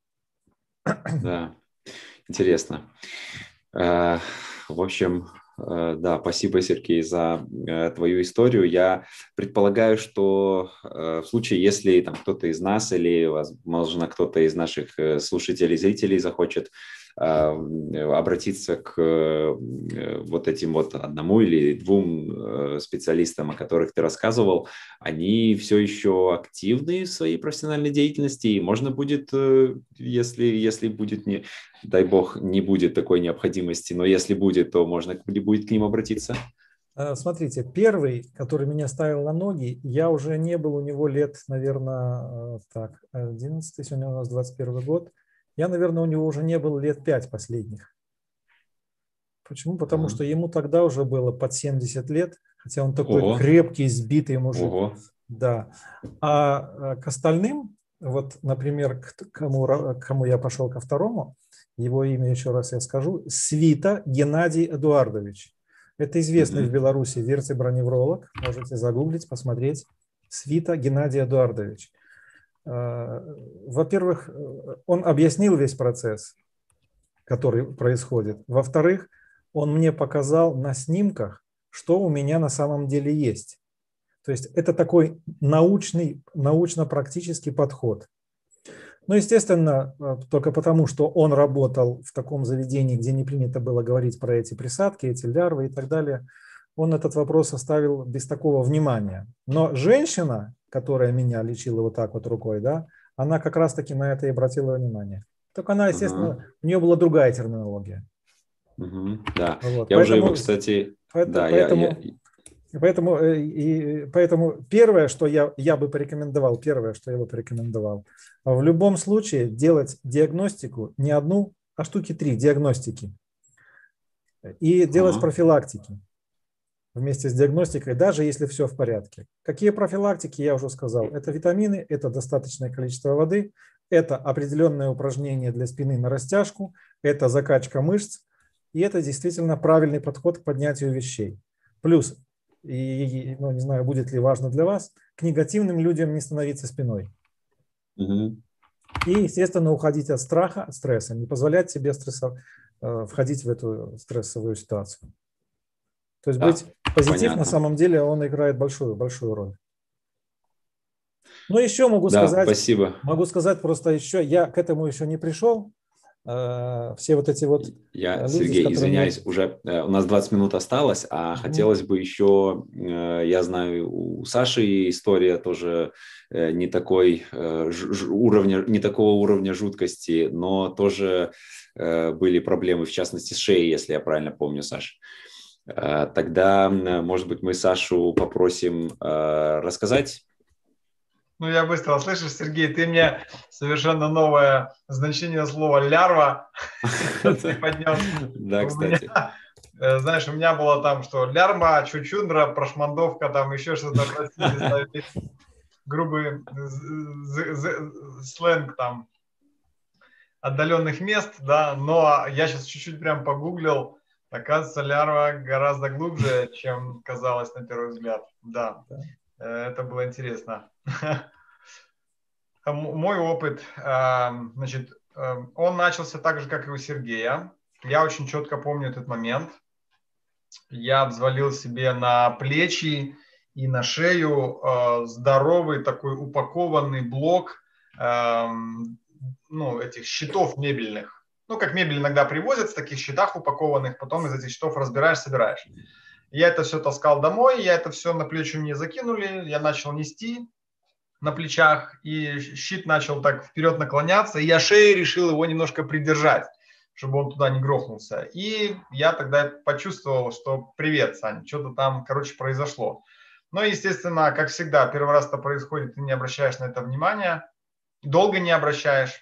Да, интересно. В общем, да, спасибо, Сергей, за твою историю. Я предполагаю, что в случае, если там кто-то из нас или, возможно, кто-то из наших слушателей, зрителей захочет обратиться к вот этим вот одному или двум специалистам, о которых ты рассказывал, они все еще активны в своей профессиональной деятельности, и можно будет, если, если будет, не, дай бог, не будет такой необходимости, но если будет, то можно будет к ним обратиться? Смотрите, первый, который меня ставил на ноги, я уже не был у него лет, наверное, так, одиннадцатый, сегодня у нас двадцать первый год, я, наверное, у него уже не был лет пять последних. Почему? Потому mm-hmm. что ему тогда уже было под семьдесят лет, хотя он такой Ого. крепкий, сбитый мужик. Ого. Да. А к остальным, вот, например, к кому, к кому я пошел ко второму, его имя еще раз я скажу, Свита Геннадий Эдуардович. Это известный mm-hmm. в Беларуси вертеброневролог, можете загуглить, посмотреть. Свита Геннадий Эдуардович. Во-первых, он объяснил весь процесс, который происходит. Во-вторых, он мне показал на снимках, что у меня на самом деле есть. То есть это такой научный, научно-практический подход. Ну, естественно, только потому, что он работал в таком заведении, где не принято было говорить про эти присадки, эти лярвы и так далее, он этот вопрос оставил без такого внимания. Но женщина, которая меня лечила вот так вот рукой, да, она как раз-таки на это и обратила внимание. Только она, естественно, uh-huh. у нее была другая терминология. Uh-huh. Да, вот. я поэтому, уже его, кстати... Поэтому, да, поэтому, я, я... Поэтому, и, поэтому первое, что я, я бы порекомендовал, первое, что я бы порекомендовал, в любом случае делать диагностику, не одну, а штуки три диагностики. И делать uh-huh. профилактики. Вместе с диагностикой, даже если все в порядке. Какие профилактики, я уже сказал. Это витамины, это достаточное количество воды, это определенное упражнение для спины на растяжку, это закачка мышц, и это действительно правильный подход к поднятию вещей. Плюс, и, ну, не знаю, будет ли важно для вас, к негативным людям не становиться спиной. Угу. И, естественно, уходить от страха, от стресса, не позволять себе стрессов, входить в эту стрессовую ситуацию. То есть да, быть позитив, понятно. На самом деле, он играет большую, большую роль. Ну, еще могу да, сказать, спасибо. могу сказать просто еще, я к этому еще не пришел. Э, все вот эти вот я, люди, Сергей, которыми... извиняюсь, уже э, у нас двадцать минут осталось, а mm-hmm. хотелось бы еще, э, я знаю, у Саши история тоже э, не такой э, ж, уровня, не такого уровня жуткости, но тоже э, были проблемы, в частности, с шеей, если я правильно помню, Саша. Тогда, может быть, мы Сашу попросим э, рассказать. Ну, я быстро, слышишь, Сергей, ты мне совершенно новое значение слова «лярва» поднес. Да, кстати. Знаешь, у меня было там, что лярма, чучундра, прошмандовка, там еще что-то. грубый сленг там отдаленных мест, да, но я сейчас чуть-чуть прям погуглил, оказывается, лярва гораздо глубже, чем казалось на первый взгляд, да, это было интересно. Мой опыт, значит, он начался так же, как и у Сергея, я очень четко помню этот момент, я взвалил себе на плечи и на шею здоровый такой упакованный блок, ну, этих щитов мебельных. Ну, как мебель иногда привозят в таких щитах упакованных, потом из этих щитов разбираешь, собираешь. Я это все таскал домой, я это все на плечи мне закинули, я начал нести на плечах, и щит начал так вперед наклоняться, и я шеей решил его немножко придержать, чтобы он туда не грохнулся. И я тогда почувствовал, что привет, Сань, что-то там, короче, произошло. Но, естественно, как всегда, первый раз это происходит, ты не обращаешь на это внимания, долго не обращаешь.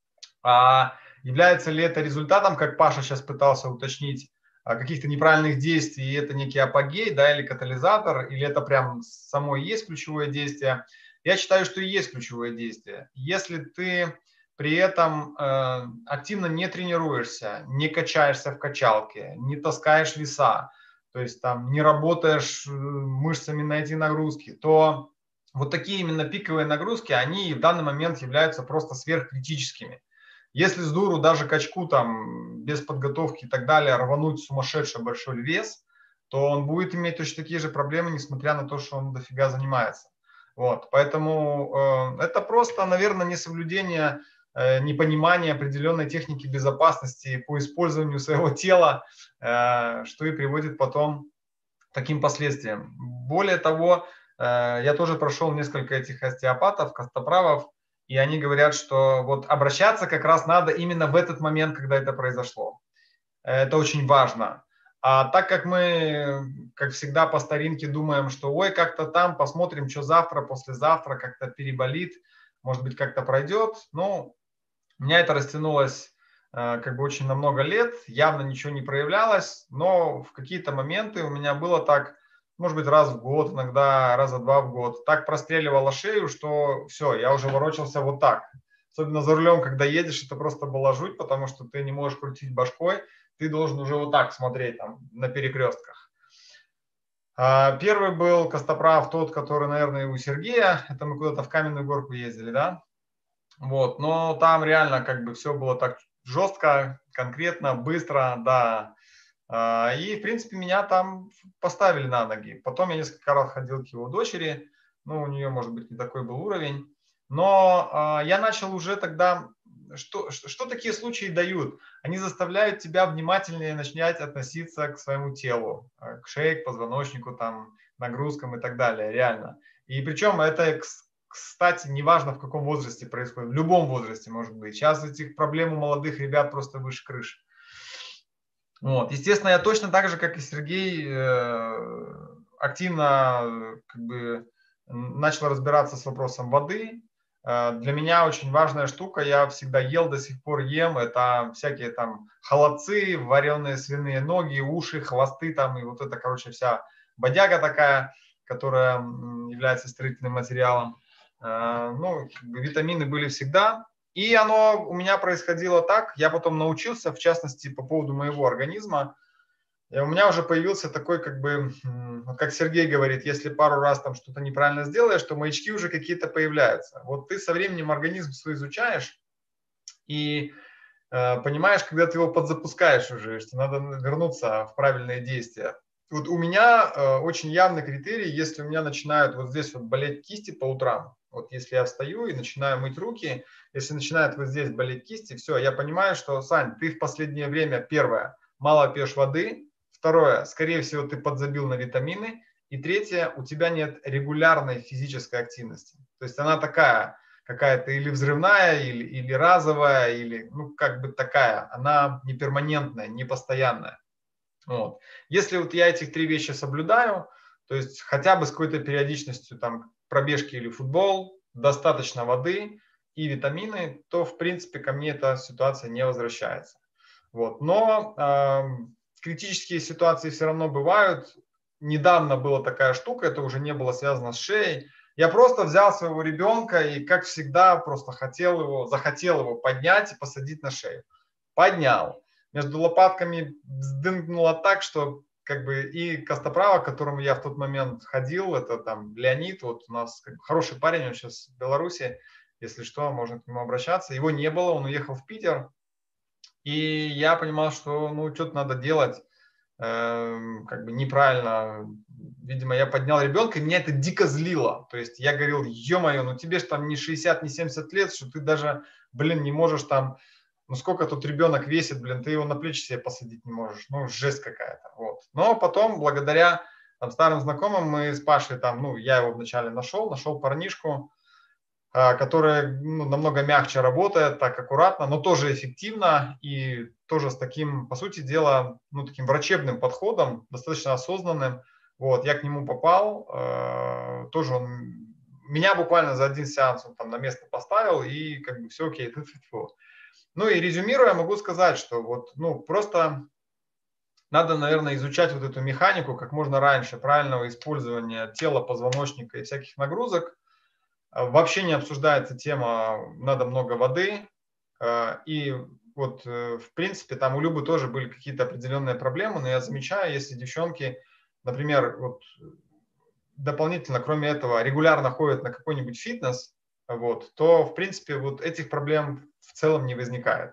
А является ли это результатом, как Паша сейчас пытался уточнить, каких-то неправильных действий, и это некий апогей, да, или катализатор, или это прям само и есть ключевое действие? Я считаю, что и есть ключевое действие. Если ты при этом э, активно не тренируешься, не качаешься в качалке, не таскаешь веса, то есть там не работаешь мышцами на эти нагрузки, то вот такие именно пиковые нагрузки, они в данный момент являются просто сверхкритическими. Если с дуру даже качку там без подготовки и так далее рвануть сумасшедший большой вес, то он будет иметь точно такие же проблемы, несмотря на то, что он дофига занимается. Вот, поэтому э, это просто, наверное, несоблюдение, э, непонимание определенной техники безопасности по использованию своего тела, э, что и приводит потом к таким последствиям. Более того, э, я тоже прошел несколько этих остеопатов, костоправов, и они говорят, что вот обращаться как раз надо именно в этот момент, когда это произошло. Это очень важно. А так как мы, как всегда, по старинке думаем, что ой, как-то там, посмотрим, что завтра, послезавтра, как-то переболит, может быть, как-то пройдет. Ну, у меня это растянулось э, как бы очень на много лет, явно ничего не проявлялось, но в какие-то моменты у меня было так, может быть, раз в год, иногда раза два в год, так простреливало шею, что все, я уже ворочался вот так. Особенно за рулем, когда едешь, это просто была жуть, потому что ты не можешь крутить башкой, ты должен уже вот так смотреть там на перекрестках. Первый был костоправ, тот, который, наверное, у Сергея. Это мы куда-то в Каменную Горку ездили, да? Вот, но там реально как бы все было так жестко, конкретно, быстро, да. И, в принципе, меня там поставили на ноги. Потом я несколько раз ходил к его дочери. Ну, у нее, может быть, не такой был уровень. Но я начал уже тогда... Что, что, что такие случаи дают? Они заставляют тебя внимательнее начинать относиться к своему телу, к шее, к позвоночнику, там, нагрузкам и так далее, реально. И причем это, кстати, неважно в каком возрасте происходит, в любом возрасте может быть. Сейчас этих проблем у молодых ребят просто выше крыши. Вот. Естественно, я точно так же, как и Сергей, активно как бы начал разбираться с вопросом воды. Для меня очень важная штука, я всегда ел, до сих пор ем, это всякие там холодцы, вареные свиные ноги, уши, хвосты там, и вот это, короче, вся бодяга такая, которая является строительным материалом. Ну, витамины были всегда, и оно у меня происходило так, я потом научился, в частности, по поводу моего организма, и у меня уже появился такой, как бы, как Сергей говорит, если пару раз там что-то неправильно сделаешь, то маячки уже какие-то появляются. Вот ты со временем организм свой изучаешь и э, понимаешь, когда ты его подзапускаешь уже, что надо вернуться в правильные действия. Вот у меня э, очень явный критерий, если у меня начинают вот здесь вот болеть кисти по утрам, вот если я встаю и начинаю мыть руки, если начинает вот здесь болеть кисти, все, я понимаю, что, Сань, ты в последнее время, первое, мало пьешь воды. Второе, скорее всего, ты подзабил на витамины. И третье, у тебя нет регулярной физической активности. То есть она такая, какая-то или взрывная, или, или разовая, или ну как бы такая. Она не перманентная, не постоянная. Вот. Если вот я этих три вещи соблюдаю, то есть хотя бы с какой-то периодичностью там пробежки или футбол, достаточно воды и витамины, то в принципе ко мне эта ситуация не возвращается. Вот. Но... Э, критические ситуации все равно бывают. Недавно была такая штука, это уже не было связано с шеей. Я просто взял своего ребенка и, как всегда, просто хотел его, захотел его поднять и посадить на шею. Поднял. Между лопатками вздынгнуло так, что как бы и Костоправа, к которому я в тот момент ходил, это там Леонид, вот у нас как бы хороший парень, он сейчас в Беларуси, если что, можно к нему обращаться. Его не было, он уехал в Питер. И я понимал, что ну что-то надо делать. Как бы неправильно, видимо, я поднял ребенка, и меня это дико злило. То есть я говорил, ё-моё, ну тебе же там не шестьдесят, не семьдесят лет, что ты даже, блин, не можешь там, ну сколько тут ребенок весит, блин, ты его на плечи себе посадить не можешь. Ну жесть какая-то. Вот. Но потом, благодаря там, старым знакомым, мы с Пашей там, ну я его вначале нашел, нашел парнишку, которая ну, намного мягче работает, так аккуратно, но тоже эффективно и тоже с таким, по сути дела, ну, таким врачебным подходом, достаточно осознанным. Вот, я к нему попал, э, тоже он меня буквально за один сеанс он там на место поставил, и как бы все окей. Ну и резюмируя, могу сказать, что вот, ну, просто надо, наверное, изучать вот эту механику как можно раньше, правильного использования тела, позвоночника и всяких нагрузок. Вообще не обсуждается тема «надо много воды». И вот, в принципе, там у Любы тоже были какие-то определенные проблемы, но я замечаю, если девчонки, например, вот, дополнительно, кроме этого, регулярно ходят на какой-нибудь фитнес, вот, то, в принципе, вот этих проблем в целом не возникает.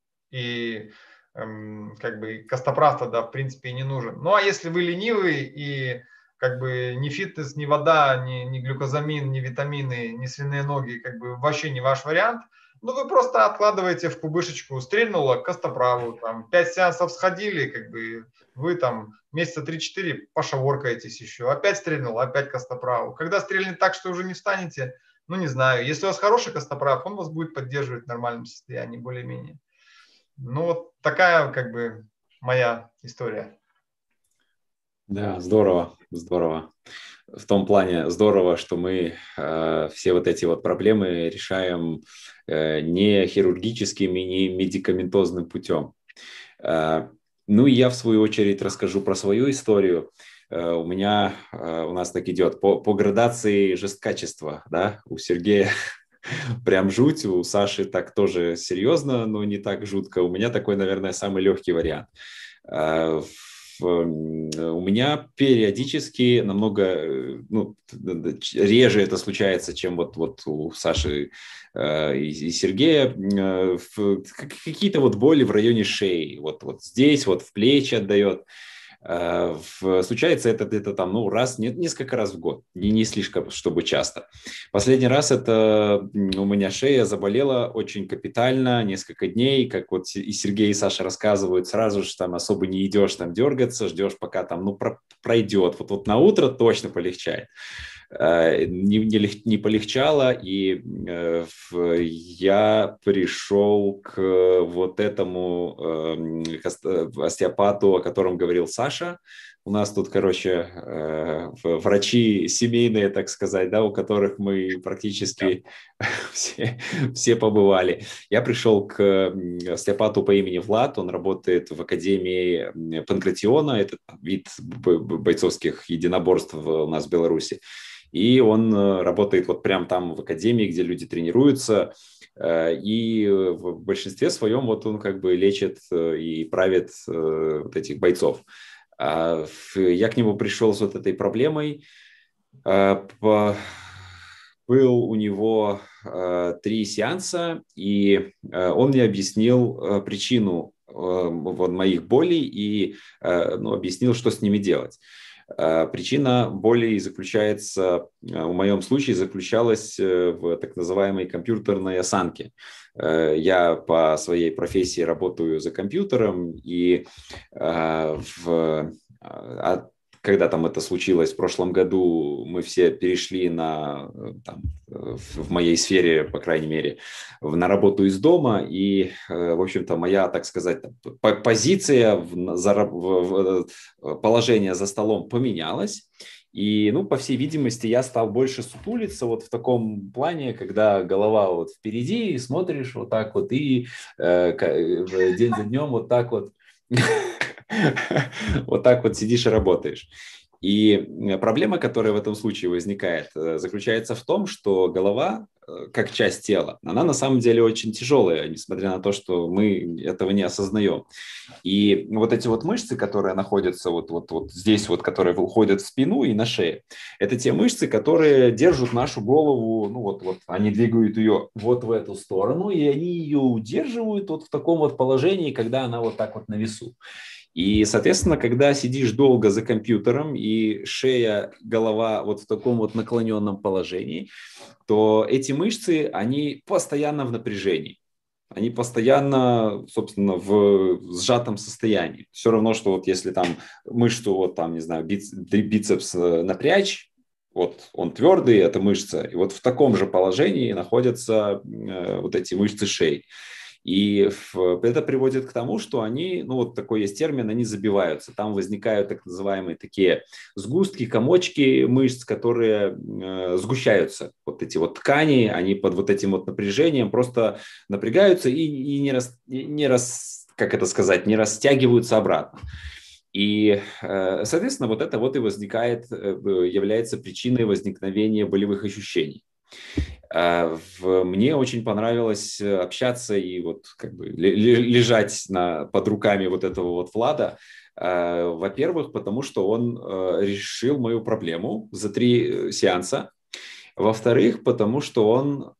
И эм, как бы костоправ тогда, в принципе, и не нужен. Ну, а если вы ленивый и как бы ни фитнес, ни вода, ни, ни глюкозамин, ни витамины, ни свиные ноги, как бы вообще не ваш вариант, ну, вы просто откладываете в кубышечку, стрельнуло костоправу, там, пять сеансов сходили, как бы вы там месяца три-четыре пошаворкаетесь еще, опять стрельнуло, опять костоправу. Когда стрельнет так, что уже не встанете, ну, не знаю, если у вас хороший костоправ, он вас будет поддерживать в нормальном состоянии, более-менее. Ну, вот такая, как бы, моя история. Да, здорово, здорово. В том плане здорово, что мы э, все вот эти вот проблемы решаем э, не хирургическим и не медикаментозным путем. Э, ну и я в свою очередь расскажу про свою историю. Э, у меня, э, у нас так идет по, по градации жесткачества, да, у Сергея прям жуть, у Саши так тоже серьезно, но не так жутко. У меня такой, наверное, самый легкий вариант. Э, У меня периодически намного ну, реже это случается, чем вот, вот у Саши э, и, и Сергея. Э, какие-то вот боли в районе шеи. Вот, вот здесь, вот в плечи отдает. Э, в, случается это где-то там ну, раз, нет, несколько раз в год. Не, не слишком, чтобы часто. Последний раз это у меня шея заболела очень капитально, несколько дней, как вот и Сергей, и Саша рассказывают, сразу же там особо не идешь там дергаться, ждешь пока там ну про, пройдет. Вот, вот на утро точно полегчает. Не, не, не полегчало, и э, я пришел к вот этому э, к остеопату, о котором говорил Саша. У нас тут, короче, э, врачи семейные, так сказать, да, у которых мы практически все, все побывали. Я пришел к остеопату по имени Влад, он работает в Академии Панкратиона, это вид бойцовских единоборств у нас в Беларуси. И он работает вот прямо там в академии, где люди тренируются, и в большинстве своем вот он как бы лечит и правит вот этих бойцов. Я к нему пришел с вот этой проблемой. Был у него три сеанса, и он мне объяснил причину вот моих болей и ну, объяснил, что с ними делать. Причина боли заключается, в моем случае, заключалась в так называемой компьютерной осанке. Я по своей профессии работаю за компьютером, и в, когда там это случилось в прошлом году, мы все перешли на, там, в моей сфере, по крайней мере, на работу из дома, и, в общем-то, моя, так сказать, позиция, в, в, положение за столом поменялось, и, ну, по всей видимости, я стал больше сутулиться вот в таком плане, когда голова вот впереди, и смотришь вот так вот, и э, день за днем вот так вот, вот так вот сидишь и работаешь. И проблема, которая в этом случае возникает, заключается в том, что голова, как часть тела, она на самом деле очень тяжелая, несмотря на то, что мы этого не осознаем. И вот эти вот мышцы, которые находятся вот, вот, вот здесь, вот, которые уходят в спину и на шее, это те мышцы, которые держат нашу голову, ну вот, вот они двигают ее вот в эту сторону, и они ее удерживают вот в таком вот положении, когда она вот так вот на весу. И, соответственно, когда сидишь долго за компьютером и шея, голова вот в таком вот наклоненном положении, то эти мышцы, они постоянно в напряжении. Они постоянно, собственно, в сжатом состоянии. Все равно, что вот если там мышцу, вот там, не знаю, бицепс напрячь, вот он твердый, это мышца, и вот в таком же положении находятся э, вот эти мышцы шеи. И это приводит к тому, что они, ну вот такой есть термин, они забиваются. Там возникают так называемые такие сгустки, комочки мышц, которые э, сгущаются. Вот эти вот ткани, они под вот этим вот напряжением просто напрягаются и, и не, рас, не рас, как это сказать, не растягиваются обратно. И, э, соответственно, вот это вот и возникает, э, является причиной возникновения болевых ощущений. Мне очень понравилось общаться и вот как бы лежать на, под руками вот этого вот Влада. Во-первых, потому что он решил мою проблему за три сеанса. Во-вторых, потому что он,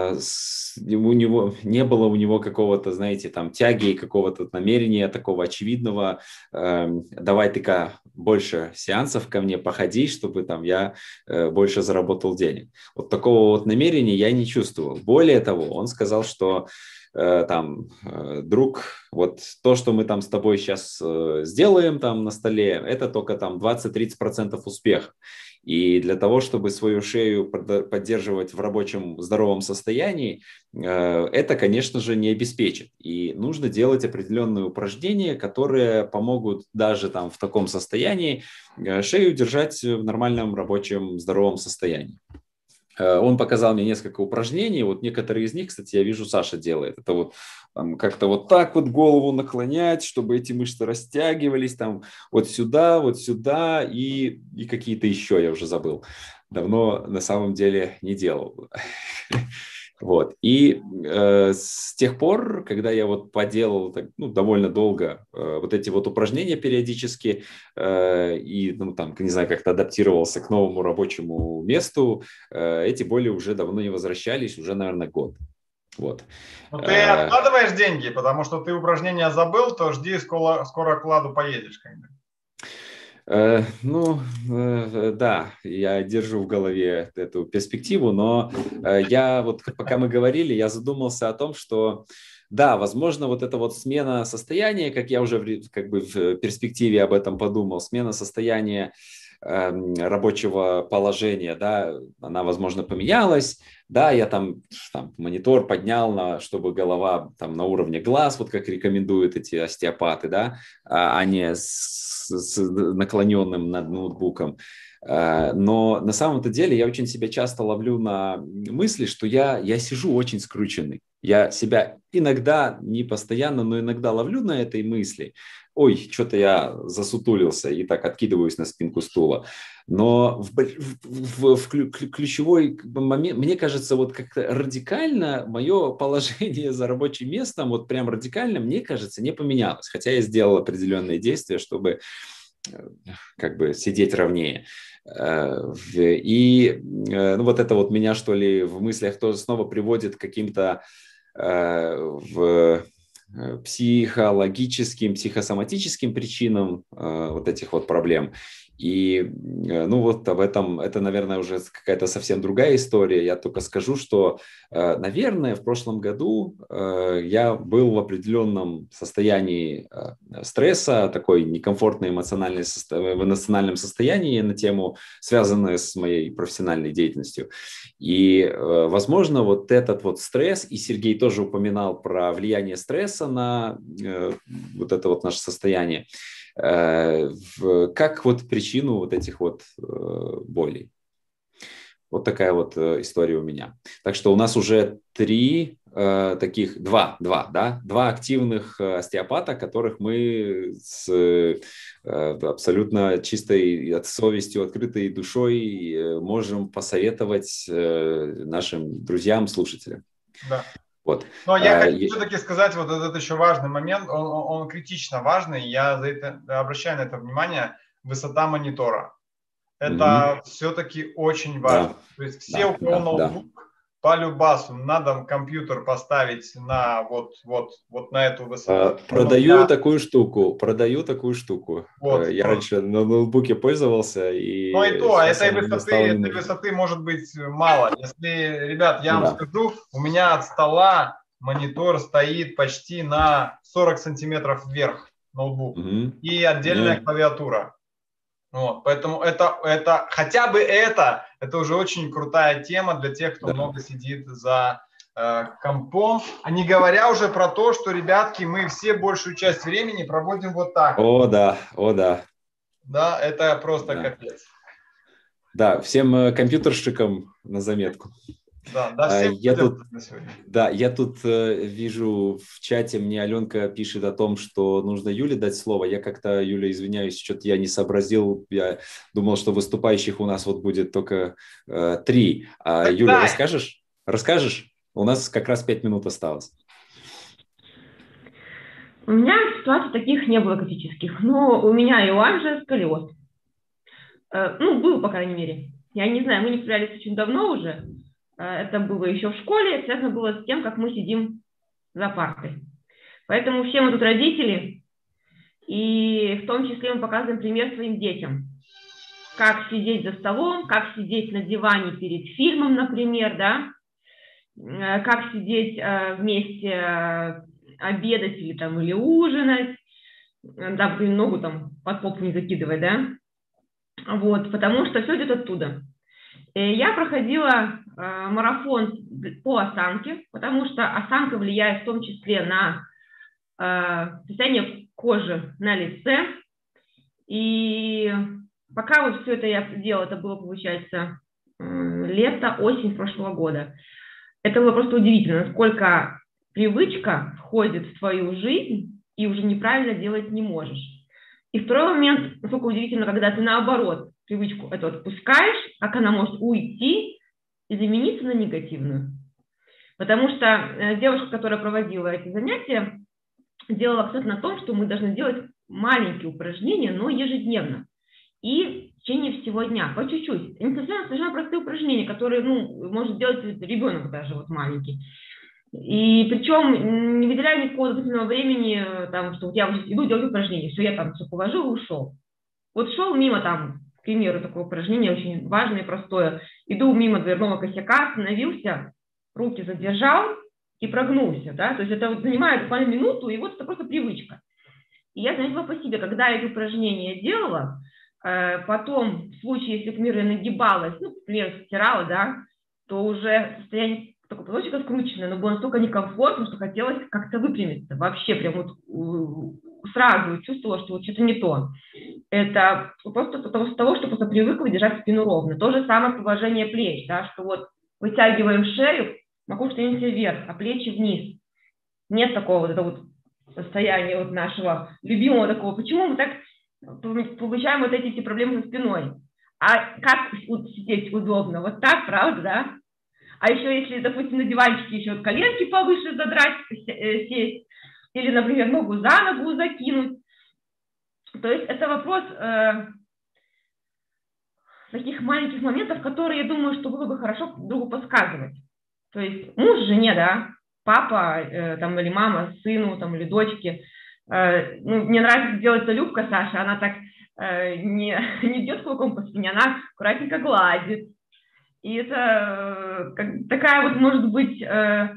у него, не было у него какого-то, знаете, там тяги, какого-то намерения такого очевидного, давай ты-ка больше сеансов ко мне походи, чтобы там я больше заработал денег. Вот такого вот намерения я не чувствовал. Более того, он сказал, что там, друг, вот то, что мы там с тобой сейчас сделаем там на столе, это только там двадцать-тридцать процентов успеха. И для того, чтобы свою шею поддерживать в рабочем здоровом состоянии, это, конечно же, не обеспечит. И нужно делать определенные упражнения, которые помогут даже там в таком состоянии шею держать в нормальном рабочем здоровом состоянии. Он показал мне несколько упражнений, вот некоторые из них, кстати, я вижу, Саша делает. Это вот там, как-то вот так вот голову наклонять, чтобы эти мышцы растягивались, там вот сюда, вот сюда и, и какие-то еще, я уже забыл. Давно на самом деле не делал. Вот. И э, с тех пор, когда я вот поделал так, ну, довольно долго э, вот эти вот упражнения периодически э, и, ну, там, не знаю, как-то адаптировался к новому рабочему месту, э, эти боли уже давно не возвращались, уже, наверное, год. Вот. Но ты откладываешь деньги, потому что ты упражнения забыл, то жди, скоро, скоро к Ладу поедешь. Как бы. Э, ну, э, да, я держу в голове эту перспективу, но э, я вот, пока мы говорили, я задумался о том, что, да, возможно, вот эта вот смена состояния, как я уже в, как бы в перспективе об этом подумал, смена состояния э, рабочего положения, да, она, возможно, поменялась, да, я там, там монитор поднял, на, чтобы голова там на уровне глаз, вот как рекомендуют эти остеопаты, да, а, а не с с наклоненным над ноутбуком. Но на самом-то деле я очень себя часто ловлю на мысли, что я, я сижу очень скрученный. Я себя иногда, не постоянно, но иногда ловлю на этой мысли. Ой, что-то я засутулился и так откидываюсь на спинку стула. Но в, в, в ключевой момент, мне кажется, вот как-то радикально мое положение за рабочим местом, вот прям радикально, мне кажется, не поменялось. Хотя я сделал определенные действия, чтобы как бы сидеть ровнее. И ну, вот это вот меня, что ли, в мыслях тоже снова приводит к каким-то в психологическим, психосоматическим причинам вот этих вот проблем. И, ну, вот об этом, это, наверное, уже какая-то совсем другая история. Я только скажу, что, наверное, в прошлом году я был в определенном состоянии стресса, такой некомфортной эмоциональной, в эмоциональном состоянии на тему, связанную с моей профессиональной деятельностью. И, возможно, вот этот вот стресс, и Сергей тоже упоминал про влияние стресса на вот это вот наше состояние, как вот причину вот этих вот болей. Вот такая вот история у меня. Так что у нас уже три э, таких, два, два, да, два активных остеопата, которых мы с э, абсолютно чистой совестью, открытой душой можем посоветовать э, нашим друзьям, слушателям. Да. Вот. Но я а, хочу я... все-таки сказать вот этот еще важный момент, он, он, он критично важный, я за это, обращаю на это внимание, высота монитора. Это угу. все-таки очень важно. Да. То есть все, да, у кого да, ноутбук, да. по любасу надо компьютер поставить на вот, вот, вот на эту высоту. Продаю я... такую штуку, продаю такую штуку. Вот, я вот. раньше на ноутбуке пользовался. И ну и то, этой высоты, этой высоты может быть мало. Если, ребят, я да. вам скажу, у меня от стола монитор стоит почти на сорок сантиметров вверх, ноутбук, угу. и отдельная угу. клавиатура. Вот, поэтому это, это, хотя бы это, это уже очень крутая тема для тех, кто да. много сидит за э, компом. А не говоря уже про то, что, ребятки, мы все большую часть времени проводим вот так. О, да, о, да. Да, это просто да. капец. Да, всем э, компьютерщикам на заметку. Да, да, всем я тут, на сегодня. Да, я тут э, вижу в чате, мне Аленка пишет о том, что нужно Юле дать слово. Я как-то, Юля, извиняюсь, что-то я не сообразил. Я думал, что выступающих у нас вот будет только э, три. А, так, Юля, да. расскажешь? Расскажешь? У нас как раз пять минут осталось. У меня ситуаций таких не было критических, но у меня и у Анжи сколиоз. Э, ну, был, по крайней мере. Я не знаю, мы не справлялись очень давно уже. Это было еще в школе, связано было с тем, как мы сидим за партой. Поэтому все мы тут родители, и в том числе мы показываем пример своим детям. Как сидеть за столом, как сидеть на диване перед фильмом, например, да, как сидеть вместе обедать или, там, или ужинать, да, ногу там под попу не закидывать, да, вот, потому что все идет оттуда. Я проходила э, марафон по осанке, потому что осанка влияет в том числе на э, состояние кожи на лице. И пока вот все это я делала, это было, получается, э, лето, осень прошлого года. Это было просто удивительно, насколько привычка входит в твою жизнь и уже неправильно делать не можешь. И второй момент, насколько удивительно, когда ты наоборот привычку эту отпускаешь, как она может уйти и замениться на негативную. Потому что девушка, которая проводила эти занятия, делала акцент на том, что мы должны делать маленькие упражнения, но ежедневно. И в течение всего дня, по чуть-чуть. Это совершенно простые упражнения, которые, ну, может делать ребенок даже вот маленький. И причем не выделяя никакого дополнительного времени, там, что вот я вот иду делать упражнения, все, я там все положил и ушел. Вот шел мимо там, к примеру, такое упражнение очень важное и простое. Иду мимо дверного косяка, остановился, руки задержал и прогнулся. Да? То есть это вот занимает буквально минуту, и вот это просто привычка. И я заметила по себе, когда я эти упражнения делала, э, потом, в случае, если, к примеру, я нагибалась, ну, к примеру, стирала, да, то уже состояние такое позвоночника скрученное, но было настолько некомфортно, что хотелось как-то выпрямиться. Вообще прям вот сразу чувствовала, что вот что-то не то. Это просто потому что того, что просто привыкла держать спину ровно. То же самое положение плеч, да, что вот вытягиваем шею, макушка тянется вверх, а плечи вниз. Нет такого вот этого вот состояния вот нашего любимого такого. Почему мы так получаем вот эти, эти проблемы со спиной? А как сидеть удобно? Вот так, правда, да? А еще если, допустим, на диванчике еще вот коленки повыше задрать, сесть, или, например, ногу за ногу закинуть. То есть это вопрос э, таких маленьких моментов, которые, я думаю, что было бы хорошо другу подсказывать. То есть муж жене, да, папа э, там, или мама сыну там, или дочке. Э, ну, мне нравится делать Любка, Саша, она так э, не, не бьет кулаком по спине, она аккуратненько гладит. И это э, как, такая вот, может быть, э,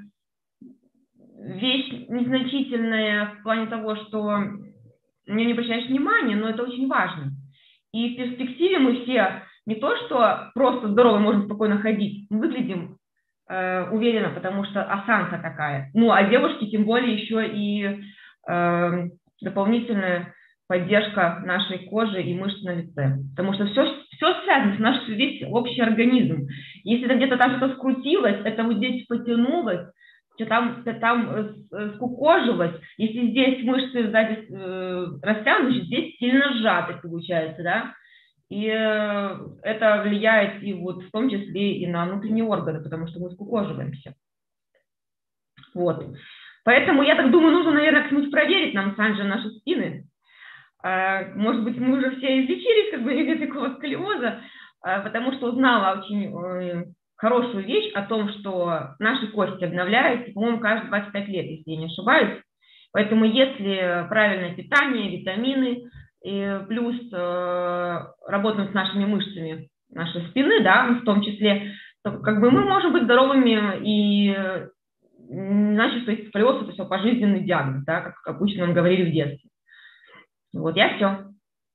вещь незначительная в плане того, что мне не обращаешь внимания, но это очень важно. И в перспективе мы все не то, что просто здорово можем спокойно ходить, мы выглядим э, уверенно, потому что осанка такая. Ну, а девушки тем более еще и э, дополнительная поддержка нашей кожи и мышц на лице. Потому что все, все связано с нашим весь общий организм. Если это где-то там что-то скрутилось, это вот здесь потянулось, что там, там скукоживать, если здесь мышцы сзади э, растянуты, здесь сильно сжаты получается, да, и э, это влияет и вот в том числе и на внутренние органы, потому что мы скукоживаемся. Вот. Поэтому я так думаю, нужно, наверное, как-нибудь проверить нам с Анжей наши спины. Э, может быть, мы уже все излечились, как бы нет такого сколиоза, э, потому что узнала очень... Э, хорошую вещь о том, что наши кости обновляются, по-моему, каждые двадцать пять лет, если я не ошибаюсь. Поэтому если правильное питание, витамины, и плюс э, работаем с нашими мышцами нашей спины, да, в том числе, то как бы мы можем быть здоровыми и иначе, что есть сколиоз, это все пожизненный диагноз, да, как обычно нам говорили в детстве. Вот, я все.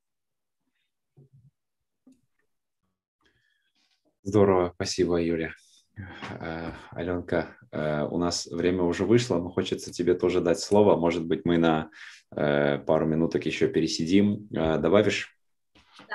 Здорово, спасибо, Юля. Аленка, у нас время уже вышло, но хочется тебе тоже дать слово. Может быть, мы на пару минуток еще пересидим. Добавишь? Да.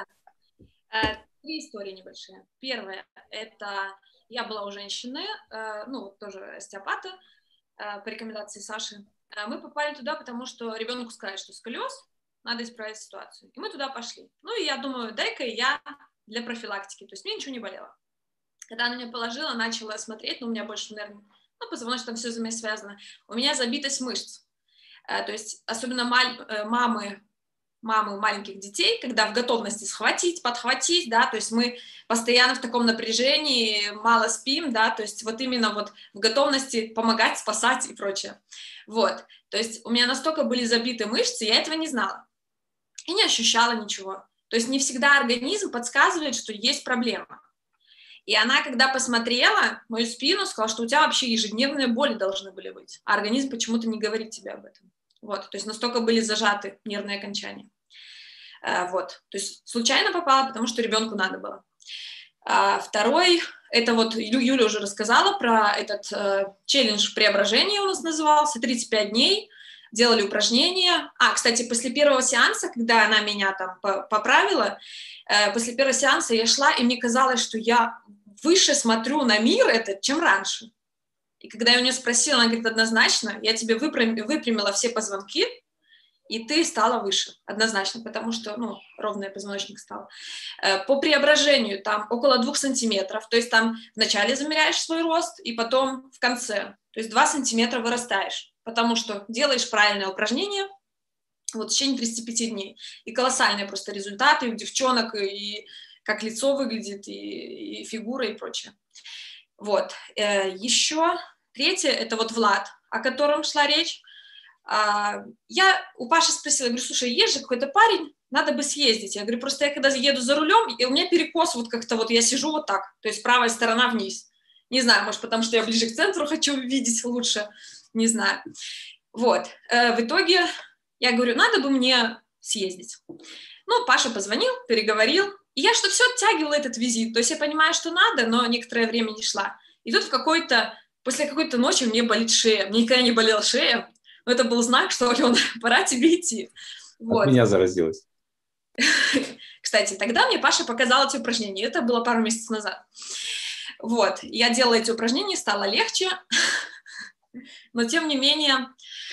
Три истории небольшие. Первая – это я была у женщины, ну, тоже остеопата, по рекомендации Саши. Мы попали туда, потому что ребенку сказали, что сколиоз, надо исправить ситуацию. И мы туда пошли. Ну, и я думаю, дай-ка я... для профилактики, то есть мне ничего не болело. Когда она меня положила, начала смотреть, ну, у меня больше, наверное, ну, позвоночник, там все за меня связано, у меня забитость мышц, то есть особенно мамы, мамы маленьких детей, когда в готовности схватить, подхватить, да, то есть мы постоянно в таком напряжении, мало спим, да, то есть вот именно вот в готовности помогать, спасать и прочее, вот, то есть у меня настолько были забиты мышцы, я этого не знала и не ощущала ничего. То есть не всегда организм подсказывает, что есть проблема. И она, когда посмотрела мою спину, сказала, что у тебя вообще ежедневные боли должны были быть, а организм почему-то не говорит тебе об этом. Вот, то есть настолько были зажаты нервные окончания. Вот, то есть случайно попала, потому что ребенку надо было. Второй, это вот Юля уже рассказала про этот э, челлендж преображения, у нас назывался, тридцать пять дней. Делали упражнения. А, кстати, после первого сеанса, когда она меня там поправила, э, после первого сеанса я шла, и мне казалось, что я выше смотрю на мир этот, чем раньше. И когда я у нее спросила, она говорит, однозначно, я тебе выпрям, выпрямила все позвонки, и ты стала выше, однозначно, потому что, ну, ровный позвоночник стал. Э, по преображению там около двух сантиметров, то есть там вначале замеряешь свой рост, и потом в конце, то есть два сантиметра вырастаешь. Потому что делаешь правильное упражнение вот в течение тридцати пяти дней. И колоссальные просто результаты у девчонок, и как лицо выглядит, и, и фигура, и прочее. Вот. Еще третье, это вот Влад, о котором шла речь. Я у Паши спросила, говорю, слушай, есть же какой-то парень, надо бы съездить. Я говорю, просто я когда еду за рулем, и у меня перекос вот как-то вот, я сижу вот так, то есть правая сторона вниз. Не знаю, может, потому что я ближе к центру хочу видеть лучше. Не знаю. Вот. В итоге я говорю, надо бы мне съездить. Ну, Паша позвонил, переговорил. И я что все оттягивала этот визит. То есть я понимаю, что надо, но некоторое время не шла. И тут в какой-то, после какой-то ночи мне болит шея. Мне никогда не болела шея. Но это был знак, что, Алена, пора тебе идти. Вот. От меня заразилась. Кстати, тогда мне Паша показал эти упражнения. Это было пару месяцев назад. Вот. Я делала эти упражнения, стало легче. Но, тем не менее,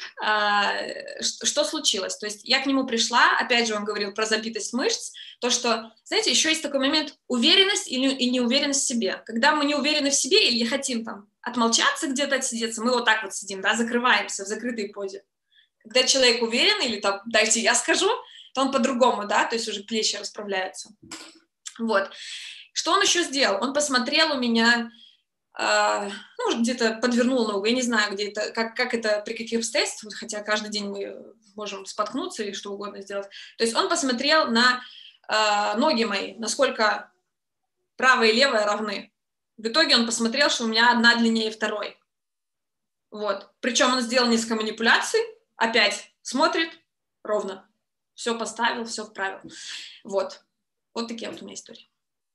что случилось? То есть я к нему пришла, опять же, он говорил про забитость мышц, то, что, знаете, еще есть такой момент уверенность и неуверенность в себе. Когда мы не уверены в себе или хотим там отмолчаться где-то, отсидеться, мы вот так вот сидим, да, закрываемся в закрытой позе. Когда человек уверен или там, дайте я скажу, то он по-другому, да, то есть уже плечи расправляются. Вот. Что он еще сделал? Он посмотрел у меня... Uh, ну, может, где-то подвернул ногу, я не знаю, где это, как, как это, при каких обстоятельствах, хотя каждый день мы можем споткнуться или что угодно сделать. То есть он посмотрел на uh, ноги мои, насколько правая и левая равны. В итоге он посмотрел, что у меня одна длиннее второй. Вот. Причем он сделал несколько манипуляций, опять смотрит ровно. Все поставил, все вправил. Вот. Вот такие вот у меня истории.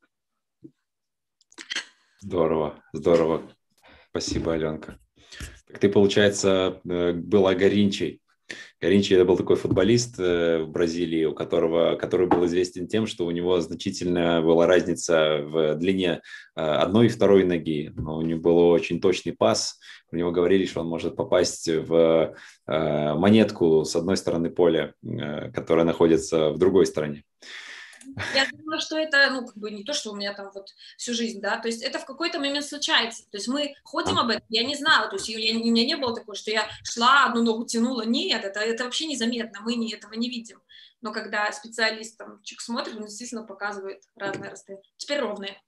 Здорово, здорово. Спасибо, Аленка. Так ты, получается, была горинчей Гаринчи — это был такой футболист в Бразилии, у которого, который был известен тем, что у него значительная была разница в длине одной и второй ноги. Но у него был очень точный пас. У него говорили, что он может попасть в монетку с одной стороны поля, которая находится в другой стороне. Я думала, что это, ну, как бы не то, что у меня там вот всю жизнь, да, то есть это в какой-то момент случается, то есть мы ходим об этом, я не знала, то есть я, у меня не было такого, что я шла, одну ногу тянула, нет, это, это вообще незаметно, мы не, этого не видим, но когда специалист там чик смотрит, он действительно показывает разные расстояния, теперь ровные.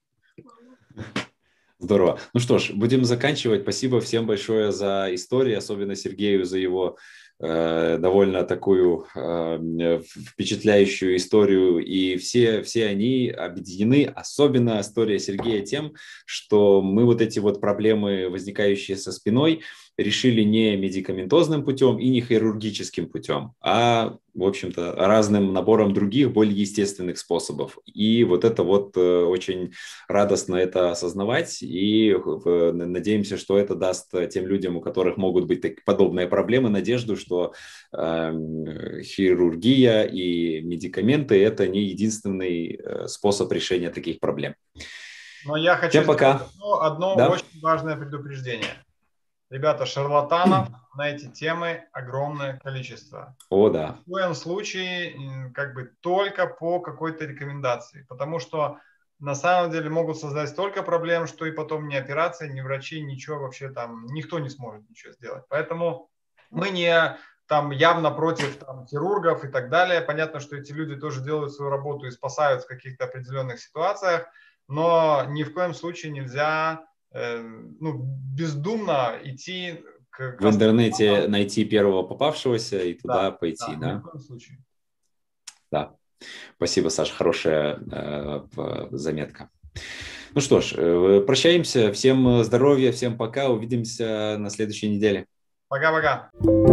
Здорово. Ну что ж, будем заканчивать. Спасибо всем большое за историю, особенно Сергею за его э, довольно такую э, впечатляющую историю. И все, все они объединены, особенно история Сергея тем, что мы вот эти вот проблемы, возникающие со спиной, решили не медикаментозным путем и не хирургическим путем, а, в общем-то, разным набором других, более естественных способов. И вот это вот очень радостно это осознавать, и надеемся, что это даст тем людям, у которых могут быть подобные проблемы, надежду, что э, хирургия и медикаменты – это не единственный способ решения таких проблем. Но я хочу Всем пока. одно, одно да? очень важное предупреждение. Ребята, шарлатанов на эти темы огромное количество. О, да. В коем случае как бы только по какой-то рекомендации, потому что на самом деле могут создать столько проблем, что и потом ни операция, ни врачи, ничего вообще там, никто не сможет ничего сделать. Поэтому мы не там явно против там, хирургов и так далее. Понятно, что эти люди тоже делают свою работу и спасают в каких-то определенных ситуациях, но ни в коем случае нельзя ну, бездумно идти к... В интернете найти первого попавшегося и туда да, пойти, да? да? Ни в коем случае. Да. Спасибо, Саша, хорошая э, заметка. Ну что ж, э, прощаемся. Всем здоровья, всем пока. Увидимся на следующей неделе. Пока-пока.